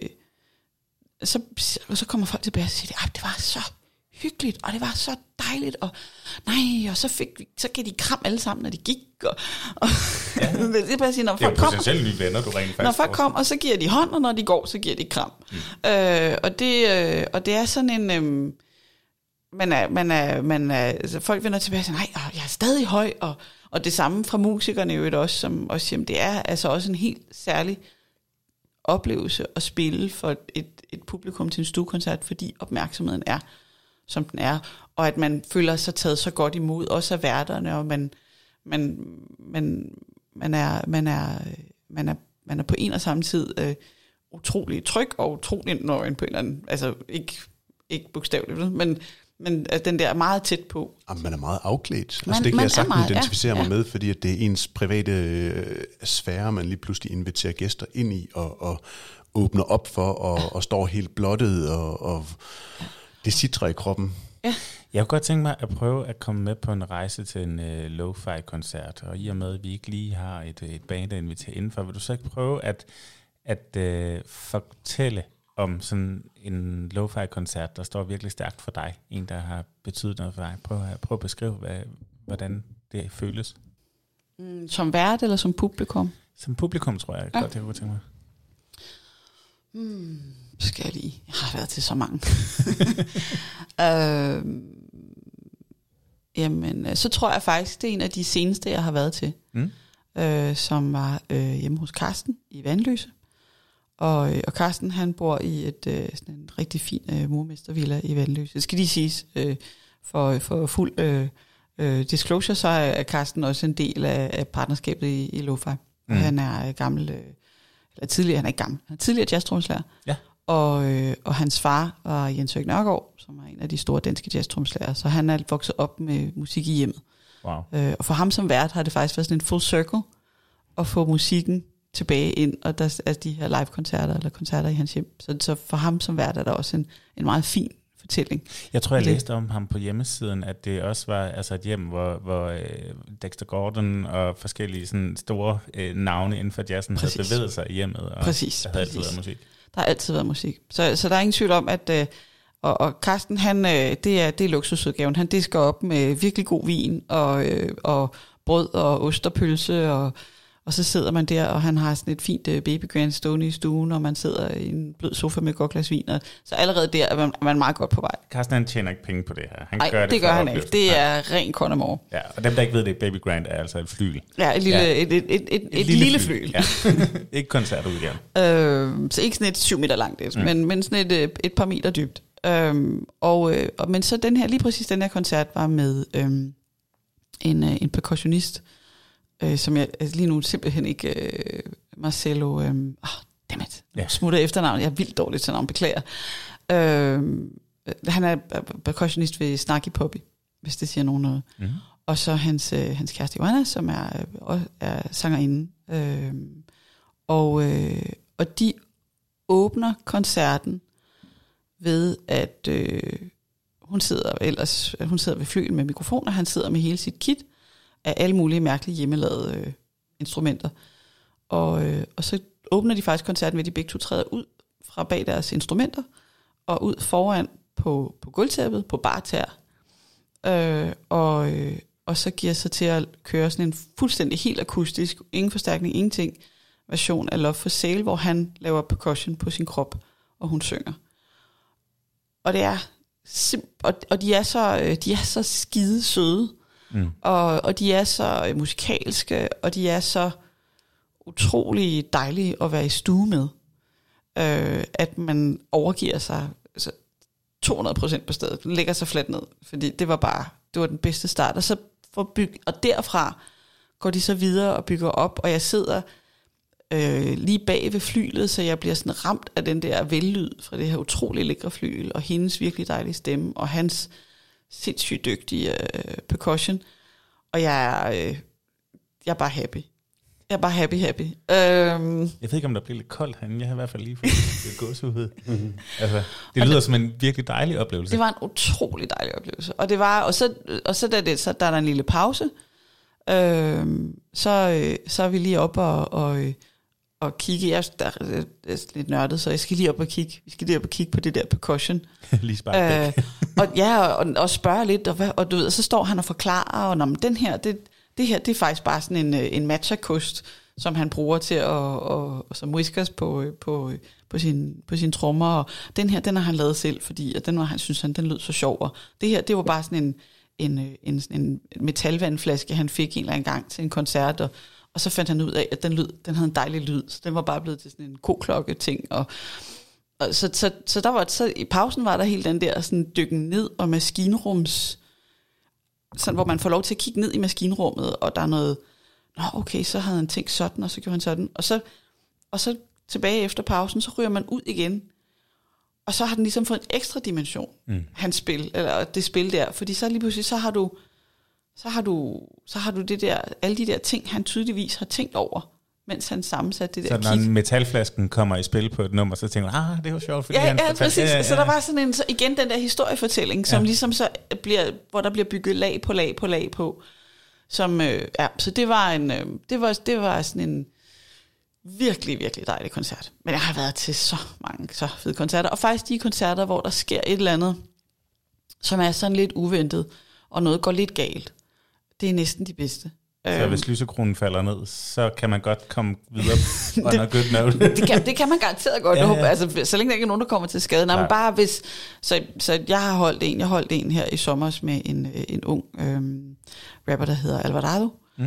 så kommer folk tilbage og siger, at det var så hyggeligt, og det var så dejligt, og så gav de kram alle sammen, når de gik. Ja. Det er bare at sige, det er jo potentielt nye venner, du rent faktisk. Når folk kommer, og så giver de hånd, og når de går, så giver de kram. Og det er sådan en... altså folk vender tilbage og siger, nej, jeg er stadig høj, og det samme fra musikerne jo også, som også siger, det er altså også en helt særlig oplevelse at spille for et publikum til en stuekoncert, fordi opmærksomheden er, som den er, og at man føler sig taget så godt imod, også af værterne, og man er på en og samme tid utrolig tryg og utrolig nøgen på en eller anden, altså ikke bogstaveligt, men den der er meget tæt på. Jamen, man er meget afklædt. Altså, det kan jeg sagtens identificere mig med, fordi at det er ens private sfære, man lige pludselig inviterer gæster ind i, og åbner op for, og står helt blottet, og det sitrer i kroppen. Ja. Jeg kunne godt tænke mig at prøve at komme med på en rejse til en lo-fi-koncert, og i og med, at vi ikke lige har et band, der inviterer indenfor, vil du så ikke prøve at fortælle om sådan en lo-fi-koncert, der står virkelig stærkt for dig, en, der har betydet noget for dig. Prøv at beskrive, hvordan det føles. Som vært eller som publikum? Som publikum, tror jeg godt, jeg kunne tænke mig. Skal jeg lige? Jeg har været til så mange. Jamen, så tror jeg faktisk, det er en af de seneste, jeg har været til, som var hjemme hos Karsten i Vanløse. Og Karsten, han bor i sådan en rigtig fin murmestervilla i Vanløse. Det skal lige siges, for fuld disclosure, så er Karsten også en del af partnerskabet i Lo-Fi. Han er gammel, eller tidligere, han er ikke gammel, han er tidligere jazztromslærer. Ja. Og hans far var Jens Høgh Nørgaard, som er en af de store danske jazztromslærer, så han er vokset op med musik i hjemmet. Wow. Og for ham som vært har det faktisk været sådan en full circle at få musikken tilbage ind, og der er de her live-koncerter, eller koncerter i hans hjem. Så for ham som vært er der også en meget fin fortælling. Jeg tror, jeg læste om ham på hjemmesiden, at det også var altså et hjem, hvor Dexter Gordon og forskellige sådan store navne inden for jazzen havde bevæget sig i hjemmet, og der havde altid været musik. Der har altid været musik. Så der er ingen tvivl om, at og Karsten, det er luksusudgaven. Han disker op med virkelig god vin, og brød og ost og pølse, og så sidder man der, og han har sådan et fint baby grand stående i stuen, og man sidder i en blød sofa med et godt glas vin. Så allerede der er man meget godt på vej. Karsten, han tjener ikke penge på det her. Nej, det gør han ikke. Det er ren Connemore. Ja, og dem, der ikke ved det, baby grand er altså et flyl. Ja, et lille flyl. Ja. Ikke koncertudgaven. Så ikke sådan et 7 meter langt, men sådan et par meter dybt. Men så lige præcis den her koncert var med en percussionist, som jeg lige nu simpelthen ikke... Marcelo... smutter efternavn. Jeg er vildt dårlig til navn, beklager. Han er percussionist ved Snarky Puppy, hvis det siger nogen noget. Mm-hmm. Og så hans kæreste Johanna, som er sangerinde. Og de åbner koncerten ved, at hun sidder ved fløjen med mikrofon, og han sidder med hele sit kit af alle mulige mærkelige hjemmelavede instrumenter. Og så åbner de faktisk koncerten ved, at de begge to træder ud fra bag deres instrumenter, og ud foran på gulvtæppet, på bartær. Og så giver sig til at køre sådan en fuldstændig helt akustisk, ingen forstærkning, ingenting, version af Love for Sale, hvor han laver percussion på sin krop, og hun synger. Og det er og de er så skide søde. Og de er så musikalske, og de er så utrolig dejlige at være i stue med. At man overgiver sig 200% på stedet, lægger sig fladt ned, fordi det var den bedste start, og så og derfra går de så videre og bygger op, og jeg sidder lige bag ved flylet, så jeg bliver sådan ramt af den der vellyd fra det her utrolig lækre flyl, og hendes virkelig dejlige stemme, og hans sindssygt dygtige percussion, og jeg er bare happy. Jeg er bare happy. Jeg ved ikke, om der bliver lidt koldt herinde. Jeg har i hvert fald lige fået et gåsehud. Altså, det lyder som en virkelig dejlig oplevelse. Det var en utrolig dejlig oplevelse. Og det var, og så der er en lille pause. Så er vi lige op og kigge. Jeg er lidt nørdet, så jeg skal lige op og kigge. Vi skal lige op og kigge på det der percussion. Lige sparke og spørge lidt, og du ved, så står han og forklarer, og når den her, det her, det er faktisk bare sådan en matcha-kost, som han bruger til at som whiskers på sin trommer, og den her, den har han lavet selv, fordi at den synes han, den lød så sjov, og det her, det var bare sådan en metalvandflaske, han fik en eller anden gang til en koncert, og så fandt han ud af, at den havde en dejlig lyd, så den var bare blevet til sådan en koklokke-ting, og så der var, så i pausen var der helt den der sådan dykken ned og maskinrums, sådan, hvor man får lov til at kigge ned i maskinrummet, og der er noget, okay, så havde han tænkt sådan, og så gjorde han sådan, og så tilbage efter pausen, så ryger man ud igen, og så har den ligesom fået en ekstra dimension, hans spil, eller det spil der, fordi så lige pludselig, så har du det der, alle de der ting, han tydeligvis har tænkt over, mens han sammensatte det der. Så når metalflasken kommer i spil på et nummer, så tænker man, det var sjovt, fordi han fortalte. Præcis. Ja. Så der var sådan igen den der historiefortælling, som ligesom så bliver, hvor der bliver bygget lag på lag på. Som, så det var sådan en virkelig, virkelig dejlig koncert. Men jeg har været til så mange så fede koncerter, og faktisk de koncerter, hvor der sker et eller andet, som er sådan lidt uventet, og noget går lidt galt. Det er næsten de bedste. Så hvis lysekronen falder ned, så kan man godt komme videre on a good note. det kan man garanteret godt. Ja. Altså, så længe der ikke er nogen, der kommer til skade. Nej, men bare hvis... Så jeg har holdt en her i sommer med en ung rapper, der hedder Alvarado.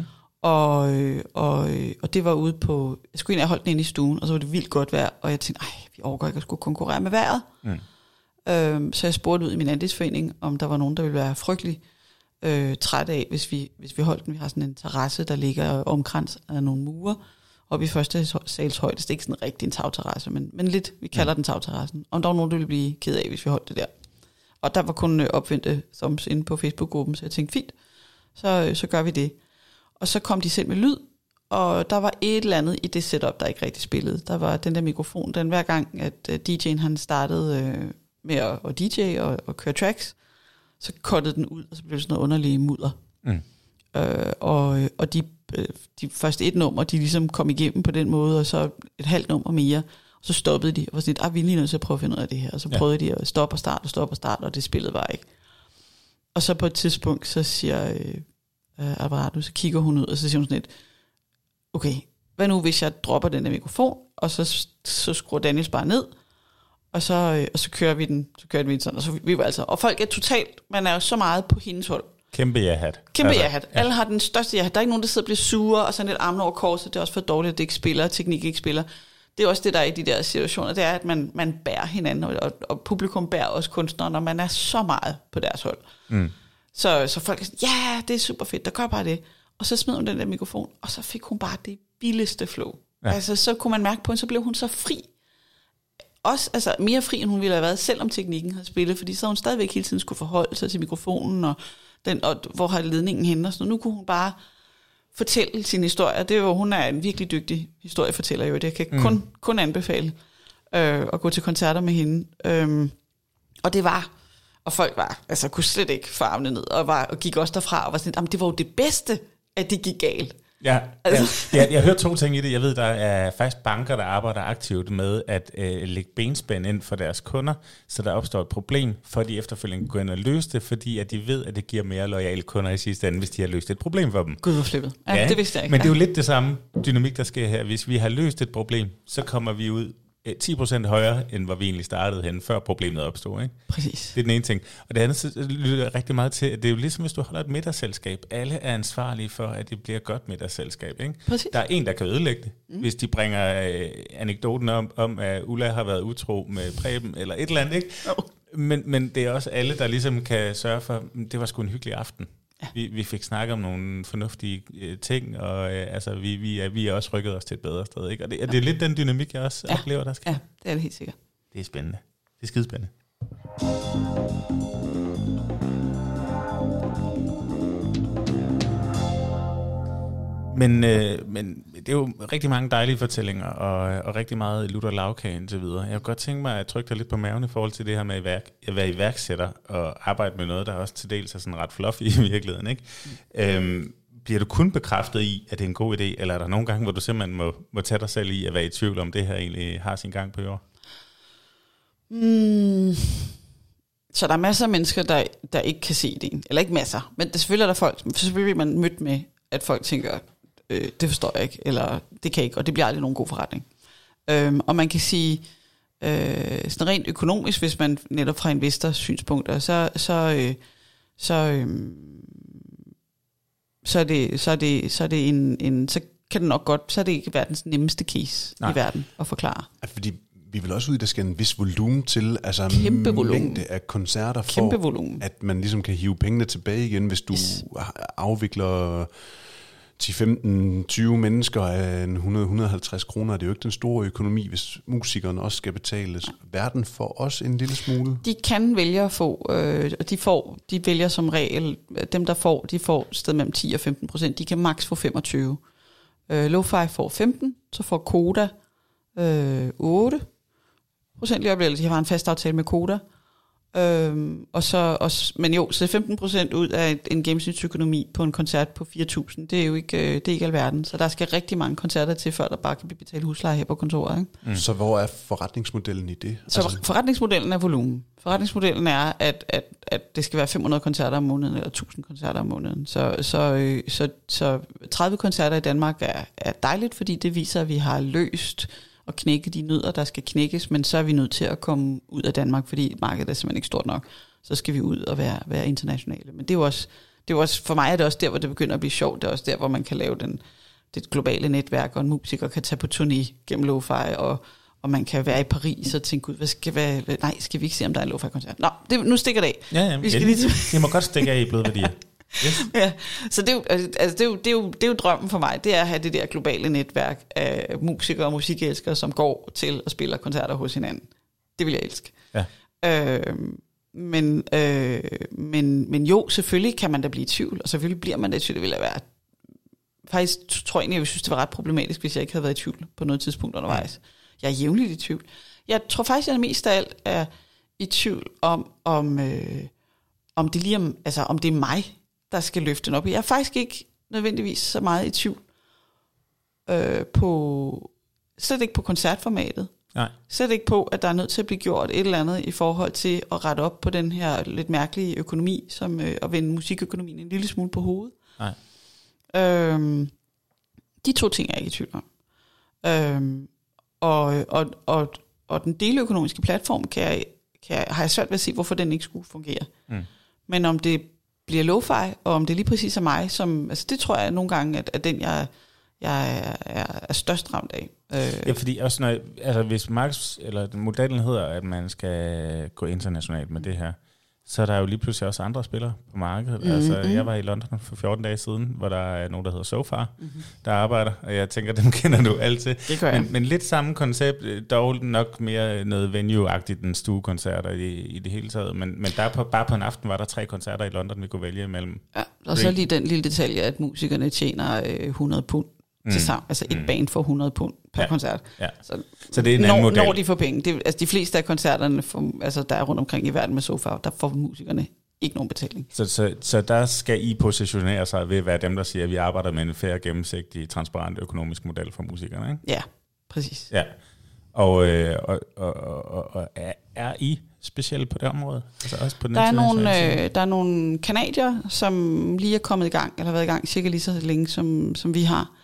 Og det var ude på... Jeg skulle egentlig have holdt den inde i stuen, og så var det vildt godt vejr, og jeg tænkte, vi overgår ikke at skulle konkurrere med vejret. Så jeg spurgte ud i min andelsforening, om der var nogen, der ville være frygtelig træt af, hvis vi holdt den. Vi har sådan en terrasse, der ligger omkrans af nogle mure, oppe i første sals højde. Det er ikke sådan rigtig en tagterrasse, men lidt, vi kalder den tagterrassen. Om der var nogen, der ville blive ked af, hvis vi holdt det der. Og der var kun opvendte thumbs inde på Facebook-gruppen, så jeg tænkte, fint, så gør vi det. Og så kom de selv med lyd, og der var et eller andet i det setup, der ikke rigtig spillede. Der var den der mikrofon, den hver gang, at DJ'en han startede med at DJ og køre tracks, så kottede den ud, og så blev det sådan noget underlige mudder. Og de første et nummer, de ligesom kom igennem på den måde, og så et halvt nummer mere, og så stoppede de, og var sådan, vi er lige nødt til at prøve at finde ud af det her, og så prøvede de at stoppe og starte, og det spillede bare ikke. Og så på et tidspunkt, så siger Alvarado, så kigger hun ud, og så siger hun sådan lidt, okay, hvad nu hvis jeg dropper den der mikrofon, og så skruer Daniels bare ned, og så kører vi den, sådan, og så vi var altså, og folk er totalt, man er jo så meget på hendes hold. Kæmpe ja-hat. Ja. Alle har den største ja-hat. Der er ikke nogen, der sidder og bliver sure, og sådan lidt armen over korset. Det er også for dårligt, at det ikke spiller, teknik ikke spiller. Det er også det, der er i de der situationer, det er, at man bærer hinanden, og publikum bærer også kunstneren, og man er så meget på deres hold. Så folk er sådan, det er super fedt, der gør bare det. Og så smed hun den der mikrofon, og så fik hun bare det vildeste flow. Ja. Altså, så kunne man mærke på hende, så blev hun så fri. Også altså, mere fri, end hun ville have været, selvom teknikken havde spillet, fordi så hun stadigvæk hele tiden skulle forholde sig til mikrofonen, og hvor har ledningen henne, og sådan. Nu kunne hun bare fortælle sin historie. Hun er en virkelig dygtig historiefortæller, jo. Det kan kun anbefale at gå til koncerter med hende. Og folk kunne slet ikke få armene ned, og gik også derfra, og var sådan, det var jo det bedste, at det gik galt. Ja, jeg hørte 2 ting i det. Jeg ved, der er faktisk banker, der arbejder aktivt med at lægge benspænd ind for deres kunder, så der opstår et problem, for de efterfølgende går ind og løse det, fordi at de ved, at det giver mere loyale kunder i sidste ende, hvis de har løst et problem for dem. Gud, hvor flippet. Ja, det vidste jeg ikke. Men det er jo lidt det samme dynamik, der sker her. Hvis vi har løst et problem, så kommer vi ud 10% højere, end hvor vi egentlig startede hen, før problemet opstod. Ikke? Præcis. Det er den ene ting. Og det andet så lyder rigtig meget til, at det er jo ligesom, hvis du holder et middagsselskab. Alle er ansvarlige for, at det bliver et godt middagsselskab. Ikke? Præcis. Der er en, der kan ødelægge det, hvis de bringer anekdoten om, at Ulla har været utro med Preben, eller et eller andet. Ikke? Men det er også alle, der ligesom kan sørge for, det var sgu en hyggelig aften. Ja. Vi fik snakket om nogle fornuftige ting, og vi er også rykket os til et bedre sted. Ikke? Og det er lidt den dynamik, jeg også oplever, der skal. Ja, det er det helt sikkert. Det er spændende. Det er skidespændende. Men det er jo rigtig mange dejlige fortællinger, og rigtig meget lutter lavkage indtil videre. Jeg kunne godt tænke mig at trykke dig lidt på maven i forhold til det her med at være iværksætter og arbejde med noget, der også til dels er sådan ret fluffy i virkeligheden. Ikke? Bliver du kun bekræftet i, at det er en god idé, eller er der nogle gange, hvor du simpelthen må tage dig selv i at være i tvivl om, det her egentlig har sin gang på jord? Så der er masser af mennesker, der ikke kan se det, eller ikke masser, men selvfølgelig er der folk, selvfølgelig bliver man mødt med, at folk tænker, det forstår jeg ikke, eller det kan jeg ikke, og det bliver aldrig nogen god forretning. Og man kan sige, sådan rent økonomisk, hvis man netop fra investors synspunkter, så kan det nok godt, så er det ikke verdens nemmeste case i verden at forklare. Fordi vi vil også ud, der skal en vis volumen til, altså kæmpe mængde af koncerter, for at man ligesom kan hive pengene tilbage igen, hvis du afvikler 10-15-20 mennesker af 100-150 kroner. Det er jo ikke den store økonomi, hvis musikerne også skal betales. Verden for os en lille smule. De kan vælge at få, de vælger som regel, dem der får, de får et sted mellem 10 og 15%. De kan maks få 25. Lo-Fi får 15, så får Koda 8% i øjeblikket. De har en fast aftale med Koda. Men jo, så 15% ud af en gennemsnitsøkonomi på en koncert på 4.000, det er jo ikke alverden. Så der skal rigtig mange koncerter til, før der bare kan blive betalt husleje her på kontoret. Ikke? Så hvor er forretningsmodellen i det? Så forretningsmodellen er volumen. Forretningsmodellen er, at det skal være 500 koncerter om måneden, eller 1.000 koncerter om måneden. Så 30 koncerter i Danmark er dejligt, fordi det viser, at vi har løst og knække de nødder, der skal knækkes, men så er vi nødt til at komme ud af Danmark, fordi markedet er simpelthen ikke stort nok. Så skal vi ud og være internationale. Men det er jo også, for mig er det også der, hvor det begynder at blive sjovt. Det er også der, hvor man kan lave det globale netværk, og en musiker kan tage på turné gennem Lo-Fi, og man kan være i Paris og tænke ud, skal vi ikke se, om der er en Lo-Fi-koncert? Nå, nu stikker det af. Ja, vi skal lige må godt stikke af i blodværdier. Yes. Ja, så det er jo drømmen for mig, det er at have det der globale netværk af musikere og musikelskere, som går til og spiller koncerter hos hinanden. Det vil jeg elske. Ja. Men jo, selvfølgelig kan man da blive i tvivl, og selvfølgelig bliver man da i tvivl. Det ville være. Faktisk tror jeg synes, det var ret problematisk, hvis jeg ikke havde været i tvivl på noget tidspunkt undervejs. Jeg er jævnligt i tvivl. Jeg tror faktisk, jeg mest af alt er i tvivl om det lige om det er mig, der skal løfte den op. Jeg er faktisk ikke nødvendigvis så meget i tvivl slet ikke på koncertformatet. Nej. Slet ikke på, at der er nødt til at blive gjort et eller andet i forhold til at rette op på den her lidt mærkelige økonomi, som at vende musikøkonomien en lille smule på hovedet. Nej. De to ting er jeg ikke i tvivl om. Og den deleøkonomiske platform har jeg svært ved at se, hvorfor den ikke skulle fungere. Men om det bliver Lo-Fi, og om det lige præcis er mig, det tror jeg nogle gange, at den jeg er størst ramt af. Ja, fordi også hvis modellen hedder, at man skal gå internationalt med det her, så er der jo lige pludselig også andre spillere på markedet. Jeg var i London for 14 dage siden, hvor der er nogen, der hedder Sofar, der arbejder, og jeg tænker, dem kender du altid. Det gør jeg. Men lidt samme koncept, dog nok mere noget venue-agtigt end stuekoncerter i det hele taget. Men bare på en aften var der 3 koncerter i London, vi kunne vælge imellem. Ja, og så lige den lille detalje, at musikerne tjener 100 pund til sammen. Altså et band for 100 pund per koncert. Ja. Så det er en anden model. Når de får penge. De fleste af koncerterne, der er rundt omkring i verden med Sofar, der får musikerne ikke nogen betaling. Så der skal I positionere sig ved at være dem, der siger, at vi arbejder med en fair, gennemsigtig, transparent økonomisk model for musikerne, ikke? Ja, præcis. Ja. Og er I specielle på det område? Altså også på den der er nogle canadier, som lige er kommet i gang, eller har været i gang cirka lige så længe, som vi har.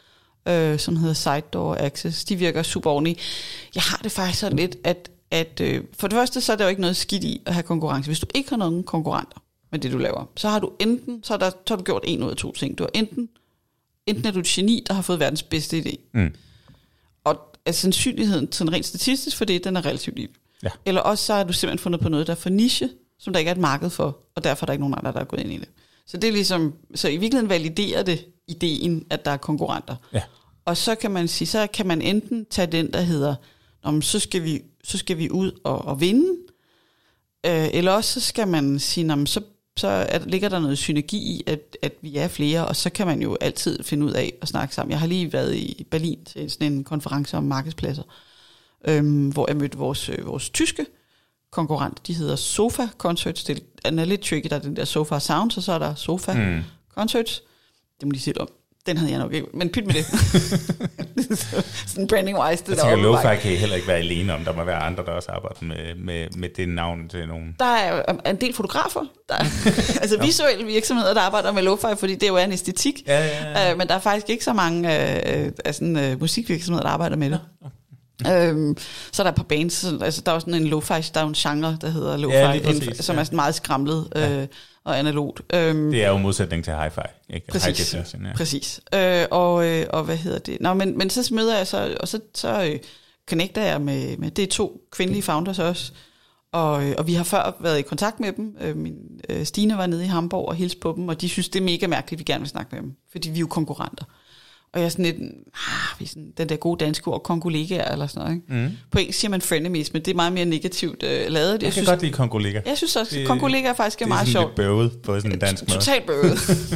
som hedder Sidedoor Access. De virker super ordentlige. Jeg har det faktisk sådan lidt, at for det første, så er der jo ikke noget skidt i at have konkurrence. Hvis du ikke har nogen konkurrenter med det, du laver, så har du enten, så har du gjort en ud af to ting. Du har enten er du et geni, der har fået verdens bedste idé. Og sandsynligheden, sådan rent statistisk for det, den er relativt lille. Ja. Eller også så har du simpelthen fundet på noget, der er for niche, som der ikke er et marked for, og derfor er der ikke nogen andre, der er gået ind i det. Så det er ligesom, så i virkeligheden validerer det ideen, at der er konkurrenter. Ja. Og så kan man sige, så kan man enten tage den, der hedder, så skal vi ud og vinde, eller også så skal man sige, ligger der noget synergi i, at vi er flere, og så kan man jo altid finde ud af at snakke sammen. Jeg har lige været i Berlin til sådan en konference om markedspladser, hvor jeg mødte vores tyske konkurrent, de hedder Sofa Concerts. Det er lidt tricky, der er den der Sofa Sounds, og så er der Sofa Concerts. Det må de sige om. Den havde jeg nok ikke, men pyt med det. Sådan branding-wise. Jeg tænker, lo-fi kan I heller ikke være alene om. Der må være andre, der også arbejder med det navn til nogen. Der er en del fotografer. Altså visuelle virksomheder, der arbejder med lo-fi, fordi det jo er en æstetik. Ja. Men der er faktisk ikke så mange musikvirksomheder, der arbejder med det. Så er der et par bands, altså der er sådan en lo-fi, der er en genre, der hedder lo-fi, som er sådan meget skramlet og analogt. Det er jo modsætning til hi-fi, ikke? Præcis, præcis. Og hvad hedder det? Nå, men så møder jeg så, og så connecter jeg med det er 2 kvindelige founders også, og vi har før været i kontakt med dem. Stine var nede i Hamburg og hilste på dem, og de synes, det er mega mærkeligt, vi gerne vil snakke med dem, fordi vi er jo konkurrenter. Og jeg er sådan lidt, vi er sådan, den der gode danske ord, kongolegaer eller sådan noget. Ikke? På engelsk siger man frenemies, men det er meget mere negativt lavet. Jeg kan godt lide kongolegaer. Jeg synes også, kongolegaer faktisk er meget sjovt. Det er sådan lidt bøvet på sådan en dansk måde. Totalt bøvet.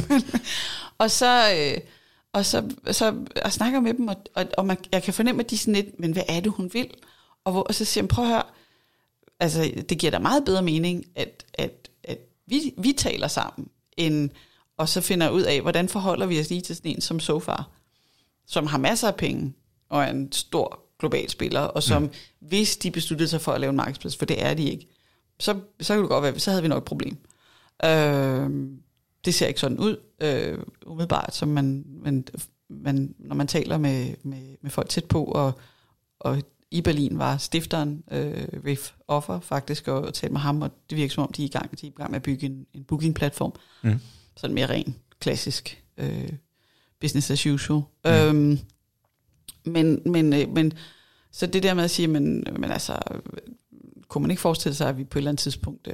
og så jeg snakker med dem, og jeg kan fornemme, at de er sådan lidt, men hvad er det, hun vil? Og så siger jeg, prøv at høre, altså det giver da meget bedre mening, at vi taler sammen, og så finder ud af, hvordan forholder vi os lige til sådan en som Sofar, som har masser af penge, og er en stor global spiller, og som, hvis de besluttede sig for at lave en markedsplads, for det er de ikke, så kunne det godt være, så havde vi nok et problem. Det ser ikke sådan ud, umiddelbart, som man, når man taler med folk tæt på, og i Berlin var stifteren Riff Offer faktisk, og talte med ham, og det virker som om, de er i gang med at bygge en booking-platform. Sådan mere ren, klassisk business as usual. Men så det der med at sige, men altså, kunne man ikke forestille sig, at vi på et eller andet tidspunkt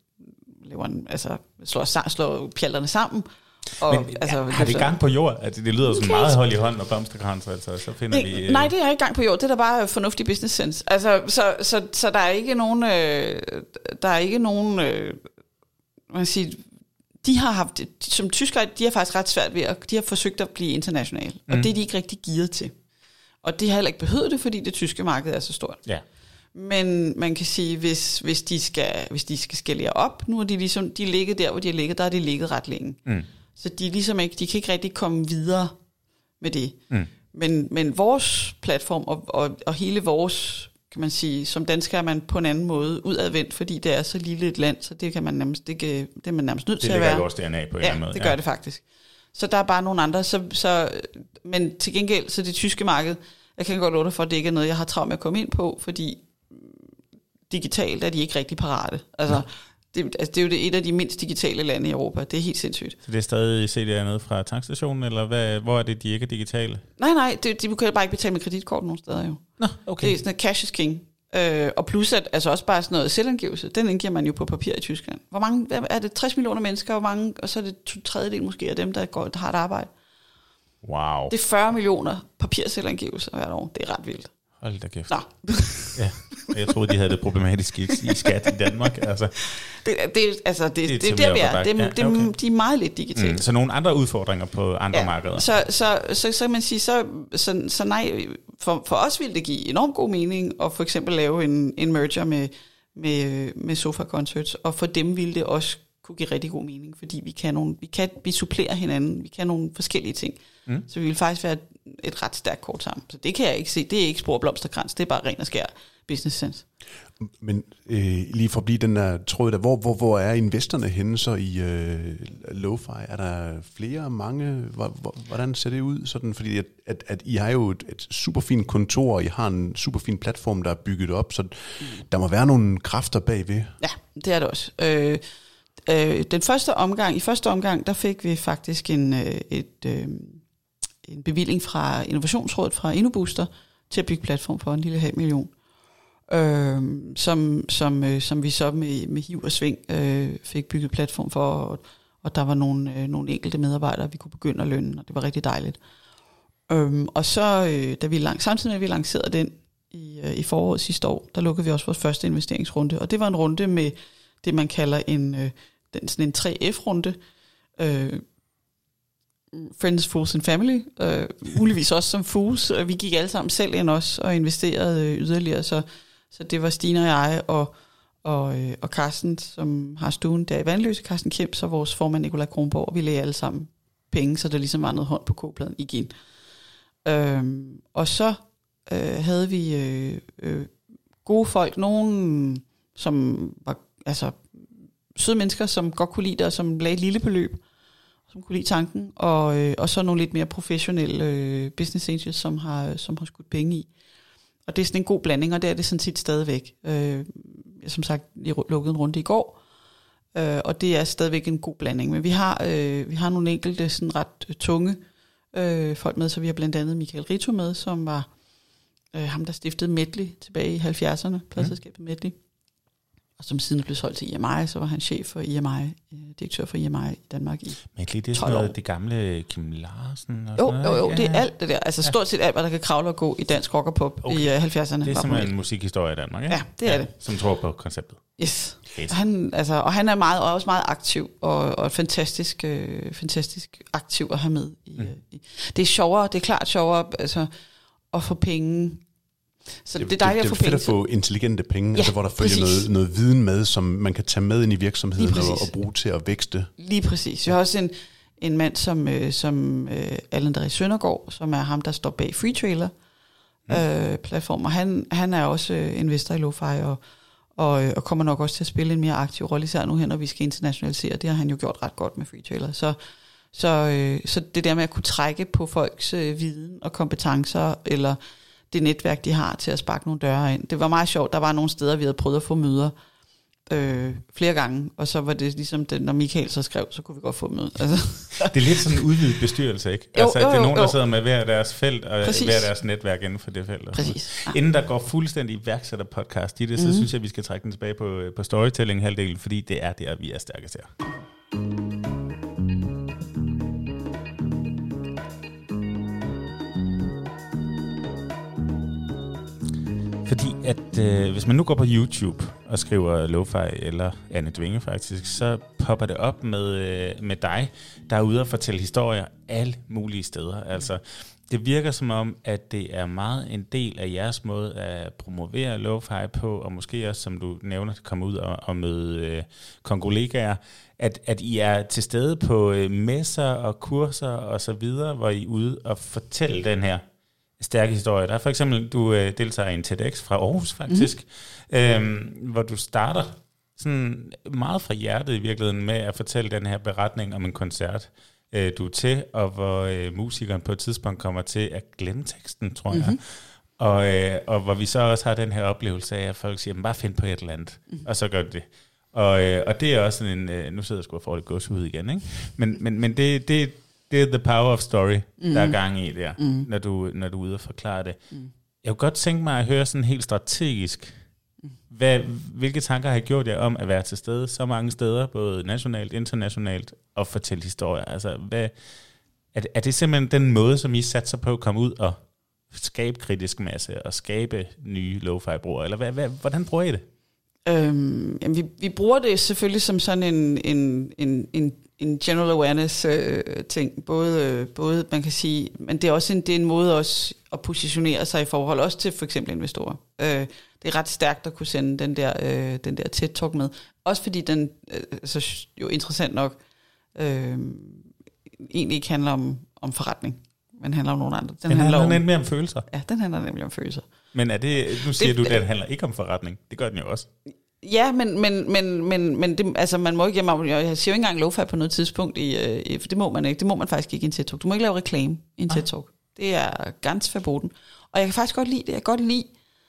slår pjalterne sammen? Og, men har det gang på jord? Altså, det lyder sådan meget hold i hånd og blomsterkrans, altså, så finder vi... Nej, det er ikke gang på jord. Det er da bare fornuftig business sense. Altså, så der er ikke nogen... man siger, de har haft, som tyskere, de har faktisk ret svært ved, at de har forsøgt at blive internationale, og det er de ikke rigtig gearet til. Og det har heller ikke behøvet det, fordi det tyske marked er så stort. Ja. Men man kan sige, hvis de skal skalere op, nu er de ligesom, de ligget der, hvor de har ligget, der har de ligget ret længe. Så de ligesom ikke, de kan ikke rigtig komme videre med det. Men vores platform og hele vores, kan man sige, som dansker er man på en anden måde udadvendt, fordi det er så lille et land, så det kan man nærmest, det er man nærmest nødt til at være. Det ligger i vores DNA på en eller anden måde. Det gør det faktisk. Så der er bare nogle andre, men til gengæld, så det tyske marked, jeg kan godt love dig for, at det ikke er noget, jeg har travlt med at komme ind på, fordi digitalt er de ikke rigtig parate. Altså, det er jo et af de mindst digitale lande i Europa. Det er helt sindssygt. Så det er stadig CD'er nede fra tankstationen, eller hvor er det, de ikke er digitale? Nej, de kan bare ikke betale med kreditkort nogen steder jo. Nå, okay. Det er sådan noget cash is king. Og plus at altså også bare sådan noget selvangivelse, den indgiver man jo på papir i Tyskland. Hvor mange, er det 60 millioner mennesker, og så er det 2/3 måske af dem, der har et arbejde. Wow. Det er 40 millioner papirselvangivelser hvert år. Det er ret vildt. Hold da kæft. Ja, jeg troede, de havde det problematisk i skat i Danmark. Altså, det er der, vi er. De er meget lidt digitale. Så nogle andre udfordringer på andre markeder. Så kan man sige, så nej, for os ville det give enormt god mening at for eksempel lave en merger med Sofa Concerts, og for dem ville det også kunne give rigtig god mening, fordi vi supplerer hinanden, vi kan nogle forskellige ting. Så vi vil faktisk være et ret stærkt kort sammen. Så det kan jeg ikke se, det er ikke spor blomsterkrans, det er bare ren og skær business sense. Men lige for at blive den der tråd der, hvor er investorerne henne så i Lo-Fi? Er der flere, mange? Hvordan ser det ud? Sådan, fordi at I har jo et super fint kontor, og I har en super fin platform, der er bygget op, så der må være nogle kræfter bagved. Ja, det er det også. I første omgang, der fik vi faktisk en bevilling fra Innovationsrådet fra InnoBooster til at bygge platform for en lille 500.000, som vi så med hiv og sving fik bygget platform for, og der var nogle enkelte medarbejdere, vi kunne begynde at lønne, og det var rigtig dejligt. Og så, samtidig med at vi lancerede den i foråret sidste år, der lukkede vi også vores første investeringsrunde, og det var en runde med det, man kalder en 3F-runde, Friends, Fools and Family, muligvis også som Fools. Vi gik alle sammen selv ind også og investerede yderligere, så det var Stine og jeg og Carsten, som har stuen der i Vandløse, Carsten Kemps og vores formand Nikolaj Kronborg, og vi lagde alle sammen penge, så der ligesom var noget hånd på kogepladen igen. Og så havde vi gode folk, nogen som var søde mennesker, som godt kunne lide det, og som lagde et lille beløb, som kunne lide tanken, og så nogle lidt mere professionelle business angels, som har skudt penge i. Og det er sådan en god blanding, og det er det sådan set stadigvæk. Som sagt, jeg lukkede en runde i går, og det er stadigvæk en god blanding. Men vi har nogle enkelte sådan ret tunge folk med, så vi har blandt andet Michael Rito med, som var ham, der stiftede Medley tilbage i 70'erne, pladselskabet Medley. Og som siden blev solgt til EMI, så var han chef for EMI, direktør for EMI i Danmark i 12 år. Men det er sådan noget, det gamle Kim Larsen og sådan noget? Jo, det er alt det der. Altså stort set alt, hvad der kan kravle og gå i dansk rock og pop i 70'erne. Det er simpelthen en musikhistorie i Danmark, ikke? Ja, det er det. Som tror på konceptet. Yes. Han er også meget aktiv, og fantastisk aktiv at have med. Det er sjovere, det er klart sjovere at få penge. Så det er dejligt at få penge. Det er fedt at få intelligente penge, hvor der følger noget viden med, som man kan tage med ind i virksomheden og bruge til at vækste. Lige præcis. Vi har også en mand som Allan Deri Søndergaard, som er ham, der står bag Freetrailer platform, og han er også investor i Lo-Fi, og kommer nok også til at spille en mere aktiv rolle, især nu her, når vi skal internationalisere. Det har han jo gjort ret godt med Freetrailer. Så det der med at kunne trække på folks viden og kompetencer, eller det netværk, de har til at sparke nogle døre ind. Det var meget sjovt. Der var nogle steder, vi havde prøvet at få møder flere gange, og så var det ligesom, når Michael så skrev, så kunne vi godt få møde. Altså. Det er lidt sådan en udvidet bestyrelse, ikke? Jo, det er nogen, der sidder med hver deres felt, og hver deres netværk inden for det felt. Præcis. Inden der går fuldstændig iværksætterpodcast i det, så synes jeg, vi skal trække den tilbage på storytelling-halvdelen, fordi det er der, vi er stærkest her. Fordi at hvis man nu går på YouTube og skriver Lo-Fi eller Anne Dvinge faktisk, så popper det op med dig, der er ude og fortælle historier alle mulige steder. Altså, det virker som om, at det er meget en del af jeres måde at promovere Lo-Fi på, og måske også, som du nævner, at komme ud og møde kongolegaer, at I er til stede på messer og kurser og så videre, hvor I er ude og fortælle den her stærke historie. Der er for eksempel, du deltager i en TEDx fra Aarhus faktisk, hvor du starter sådan meget fra hjertet i virkeligheden med at fortælle den her beretning om en koncert, du er til, og hvor musikeren på et tidspunkt kommer til at glemme teksten, tror jeg. Og hvor vi så også har den her oplevelse af, at folk siger, bare find på et eller andet, og så gør det. Og det er også sådan en, nu sidder jeg sgu og får lidt gås ud igen, ikke? Men det er the power of story, der er gang i der, når du er ude og forklare det. Jeg kunne godt tænke mig at høre sådan helt strategisk, hvilke tanker har I gjort jer om at være til stede så mange steder, både nationalt, internationalt, og fortælle historier? Altså, er det simpelthen den måde, som I satser på at komme ud og skabe kritisk masse, og skabe nye lo-fi-brugere? Eller hvordan bruger I det? Vi bruger det selvfølgelig som sådan en general awareness ting, både man kan sige, men det er også en måde også at positionere sig i forhold også til for eksempel investorer. Det er ret stærkt at kunne sende den der TED-talk med, også fordi den jo interessant nok egentlig ikke handler om forretning, men handler om nogle andre. Den handler nemlig om følelser. Ja, den handler nemlig om følelser. Men er det, nu siger du, at det handler ikke om forretning. Det gør den jo også. Ja, men det, altså man må ikke, jeg siger jo ikke engang lo-fi på noget tidspunkt, for det må man ikke. Det må man faktisk ikke i en TED-talk. Du må ikke lave reklame i en TED-talk. Det er ganz verboten. Og jeg kan faktisk godt lide det. Jeg kan godt lide,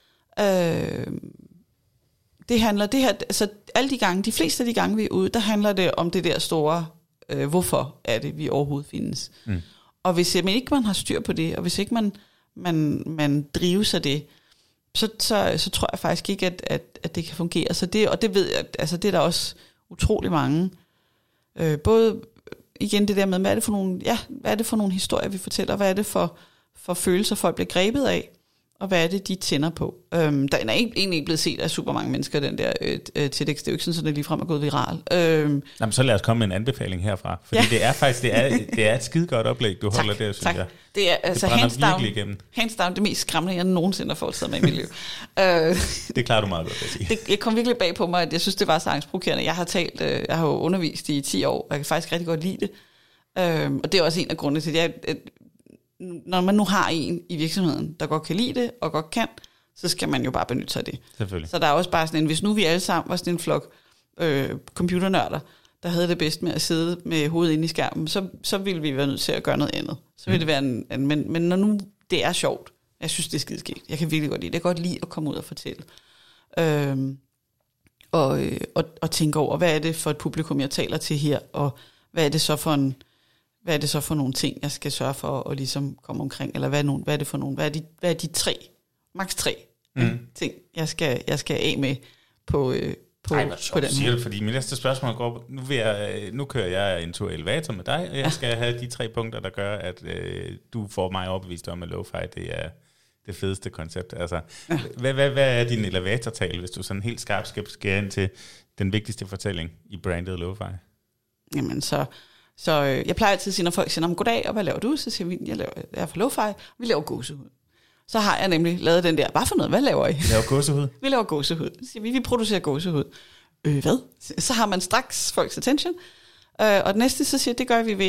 det handler, det her, altså alle de gange, de fleste af de gange, vi er ude, der handler det om det der store, hvorfor er det, vi overhovedet findes. Og hvis man ikke har styr på det, og hvis ikke man drives af det, så tror jeg faktisk ikke, at det kan fungere. Så det, og det ved jeg, altså det er der også utrolig mange. Både igen det der med, hvad er det for nogle historier, vi fortæller, hvad er det for følelser, folk bliver grebet af, og hvad er det, de tænder på. Der er egentlig ikke blevet set af super mange mennesker, den der TEDx. Det er jo ikke sådan, så det ligefrem er gået viral. Jamen, så lad os komme med en anbefaling herfra. Fordi det er faktisk det er et skide godt oplæg, du holder der, synes jeg. Det er altså hands down det mest skræmmende, jeg nogensinde har foretaget mig i mit liv. Det klarer du meget godt at sige. Det kom virkelig bag på mig, at jeg synes, det var så angstprovokerende. Jeg har jo undervist i 10 år, og jeg kan faktisk rigtig godt lide det. Og det er også en af grundene til, at når man nu har en i virksomheden, der godt kan lide det, og godt kan, så skal man jo bare benytte sig af det. Selvfølgelig. Så der er også bare sådan en, hvis nu vi alle sammen var sådan en flok computernørder, der havde det bedst med at sidde med hovedet inde i skærmen, så ville vi være nødt til at gøre noget andet. Så ville det være men når nu det er sjovt, jeg synes, det er skideskægt. Jeg kan virkelig godt lide det. Jeg kan godt lide at komme ud og fortælle. Og tænke over, hvad er det for et publikum, jeg taler til her, og hvad er det så for nogle ting, jeg skal sørge for at ligesom komme omkring, eller hvad er de maks 3 ting, jeg skal af med på den måde. Fordi mit næste spørgsmål går, nu kører jeg en tur elevator med dig, og jeg skal have de 3 punkter, der gør, at du får mig overbevist om, at lo-fi, det er det fedeste koncept. Altså, hvad er din elevatortale, hvis du sådan helt skarpt skal skære ind til den vigtigste fortælling i brandet lo-fi? Jamen, så jeg plejer altid at sige, når folk siger, goddag, og hvad laver du? Så siger vi, jeg er fra lo-fi, vi laver gåsehud. Så har jeg nemlig lavet den der, hvad for noget, hvad laver I? Vi laver gåsehud. Vi laver gåsehud. Så siger vi producerer gåsehud. Hvad? Så har man straks folks attention. Og det næste, så siger det gør vi ved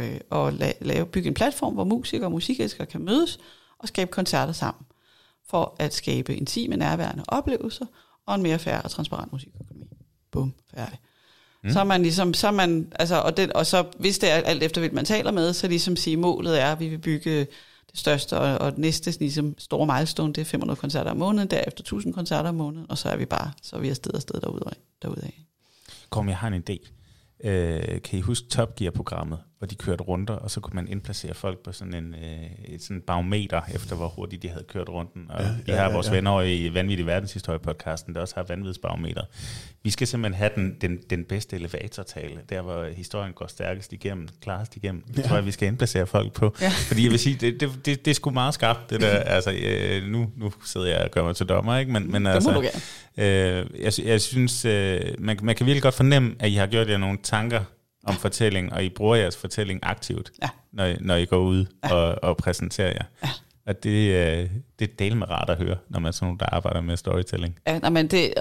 at bygge en platform, hvor musikere og musikelskere kan mødes og skabe koncerter sammen. For at skabe intime, nærværende oplevelser og en mere fair og transparent musikøkonomi. Bum, færdig. Så er man ligesom, og så hvis det er alt efter, hvad man taler med, så ligesom sige, målet er, at vi vil bygge det største, og det næste ligesom, store milestone, det er 500 koncerter om måneden, derefter 1000 koncerter om måneden, og så er vi afsted derudad. Kom, jeg har en idé. Kan I huske Top Gear-programmet, hvor de kørte rundt, og så kunne man indplacere folk på sådan en barometer, efter hvor hurtigt de havde kørt rundt. Og vi har vores venner over i Vanvittig Verdenshistorie-podcasten, der også har vanvidsbarometer. Vi skal simpelthen have den bedste elevatortale, der hvor historien går stærkest igennem, klarest igennem. Det tror jeg, vi skal indplacere folk på. Ja. Fordi jeg vil sige, det er sgu meget skarpt, det der. Altså, nu sidder jeg og gør mig til dommer, ikke? Men altså, må du gerne. Jeg synes, man kan virkelig godt fornemme, at I har gjort jer nogle tanker om fortælling, og I bruger jeres fortælling aktivt, når I går ud og præsenterer jer. Ja. Og det er del med rart at høre, når man er sådan nogen, der arbejder med storytelling. Ja, men det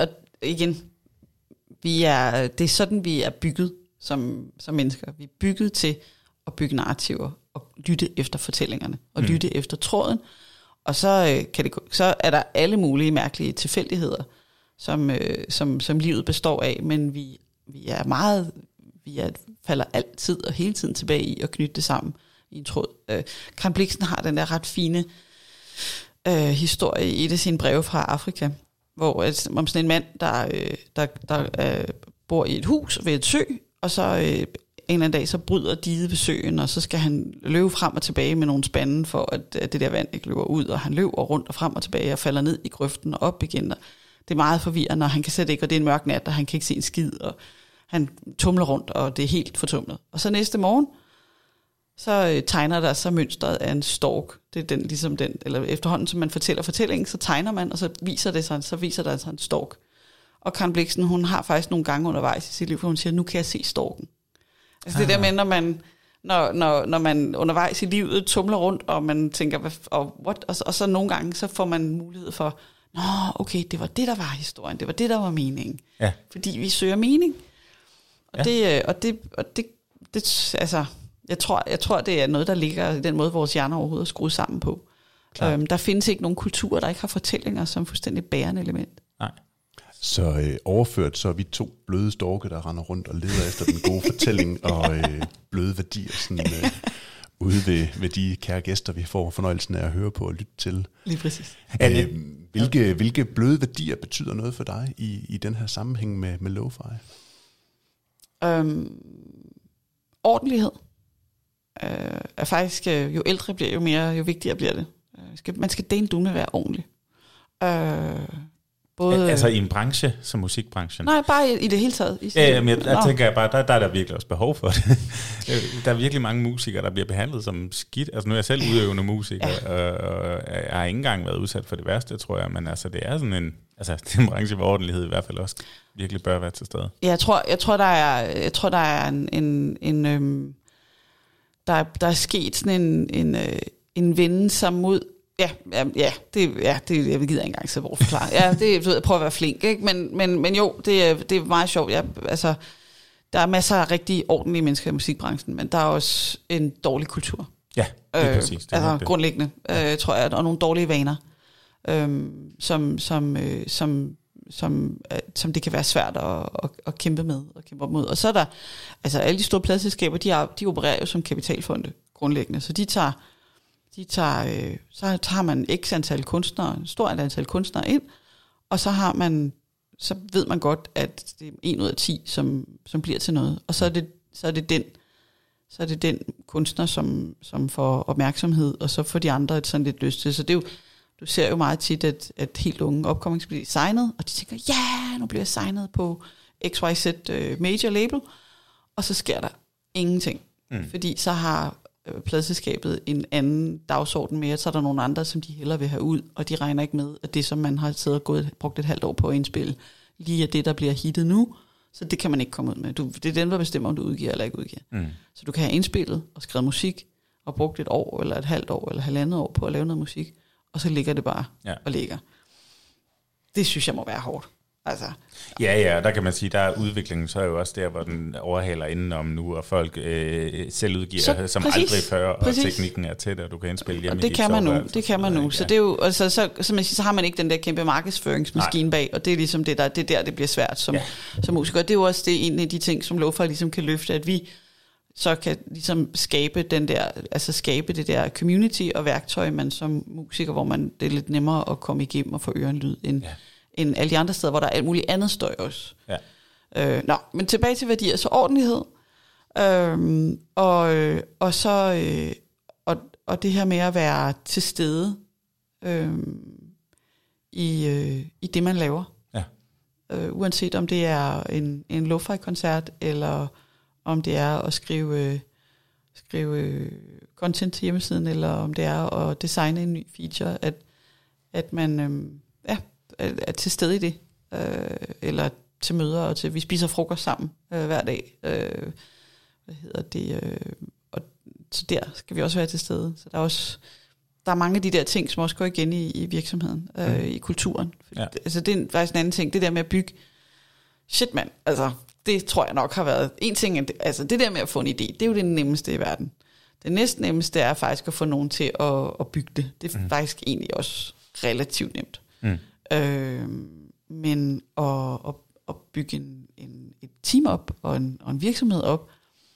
er sådan, vi er bygget som mennesker. Vi er bygget til at bygge narrativer og lytte efter fortællingerne og lytte efter tråden. Og så er der alle mulige mærkelige tilfældigheder, som livet består af, men vi falder altid og hele tiden tilbage i at knytte det sammen i en tråd. Karen Blixen har den der ret fine historie i et af sine breve fra Afrika, hvor om sådan en mand, der bor i et hus ved et sø, og så en eller anden dag, så bryder diget ved søen, og så skal han løbe frem og tilbage med nogle spande, for at det der vand ikke løber ud, og han løber rundt og frem og tilbage, og falder ned i grøften og op igen. Det er meget forvirrende, og han kan slet ikke, og det er en mørk nat, og han kan ikke se en skid, og han tumler rundt, og det er helt fortumlet. Og så næste morgen, så tegner der så mønstret af en stork. Det er eller efterhånden, som man fortæller fortællingen, så tegner man, og så viser der sig en stork. Og Karen Blixen, hun har faktisk nogle gange undervejs i sit liv, hvor hun siger, nu kan jeg se storken. Altså det der med, når man undervejs i livet tumler rundt, og man tænker, what? Og så nogle gange, så får man mulighed for, okay, det var det, der var historien, det var det, der var meningen. Ja. Fordi vi søger mening. Og det altså, jeg tror, det er noget, der ligger i den måde, vores hjerner overhovedet er skruet sammen på. Der findes ikke nogen kulturer, der ikke har fortællinger som fuldstændig bærende element. Nej. Så overført, så er vi 2 bløde storke, der render rundt og leder efter den gode fortælling og bløde værdier sådan, ude ved de kære gæster, vi får fornøjelsen af at høre på og lytte til. Lige præcis. Hvilke bløde værdier betyder noget for dig i den her sammenhæng med lo-fi? Ordentlighed. Er faktisk, jo ældre bliver, jo vigtigere bliver det. Man skal dele være ordentlig. Både altså i en branche som musikbranchen? Nej, bare i det hele taget. Men jeg tænker bare, der er der virkelig også behov for det. Der er virkelig mange musikere, der bliver behandlet som skidt. Altså nu er jeg selv udøvende musiker, og jeg har ikke engang været udsat for det værste, tror jeg. Men altså det er sådan en branche, hvor ordentlighed i hvert fald også virkelig bør være til stede. Jeg tror der er der er sket sådan en vende sig mod. Det jeg gider ikke engang så hvorfor forklare. Ja, det jeg prøver at være flink, ikke? Men jo, det er meget sjovt. Der er masser af rigtig ordentlige mennesker i musikbranchen, men der er også en dårlig kultur. Ja, det er præcis. Det er grundlæggende, tror jeg, og nogle dårlige vaner, som det kan være svært at kæmpe med og kæmpe op mod. Og så er der, altså alle de store pladeselskaber, de opererer jo som kapitalfonde grundlæggende, så så tager man x antal kunstnere, stort antal kunstnere ind, og så ved man godt, at det er 1 ud af 10, som bliver til noget. Og så er det den kunstner, som får opmærksomhed, og så får de andre sådan lidt lyst til. Så det er jo, du ser jo meget tit, at helt unge opkommings bliver signet, og de tænker, ja, nu bliver jeg signet på XYZ major label, og så sker der ingenting. Fordi så har pladeselskabet en anden dagsorden mere, så er der nogle andre, som de hellere vil have ud, og de regner ikke med, at det, som man har siddet og brugt et halvt år på at indspille, lige er det, der bliver hittet nu, så det kan man ikke komme ud med. Det er den, der bestemmer, om du udgiver eller ikke udgiver. Så du kan have indspillet og skrevet musik, og brugt 1 år, eller et halvt år, eller 1,5 år på at lave noget musik, og så ligger det bare og ligger. Det synes jeg må være hårdt. Altså, ja, der kan man sige, der er udviklingen, så er jo også der, hvor den overhaler indenom nu, og folk selv udgiver som aldrig før, og teknikken er tæt, og du kan indspille hjemme i dit soveværelse. Det kan man nu. Så det er jo, altså, så har man ikke den der kæmpe markedsføringsmaskine bag, og det er ligesom det der det bliver svært som musiker. Det er jo også en af de ting, som lo-fi ligesom kan løfte, at vi så kan ligesom skabe det der community og værktøj, man som musiker, hvor det er lidt nemmere at komme igennem og få ørenlyd end alle de andre steder, hvor der er alt muligt andet støj også. Ja. Men tilbage til værdier, så ordentlighed, og det her med at være til stede i det, man laver. Ja. Uanset om det er en lo-fi-koncert, eller om det er at skrive content til hjemmesiden, eller om det er at designe en ny feature, at man er til stede i det, eller til møder, og vi spiser frokost sammen hver dag. Og så der skal vi også være til stede. Så der er mange af de der ting, som også går igen i virksomheden, i kulturen. Altså det er faktisk en anden ting, det der med at bygge. Shit mand, altså det tror jeg nok har været en ting, altså det der med at få en idé, det er jo det nemmeste i verden. Det næsten nemmeste er faktisk at få nogen til at bygge det. Det er faktisk egentlig også relativt nemt. Men at bygge et team op og en virksomhed op,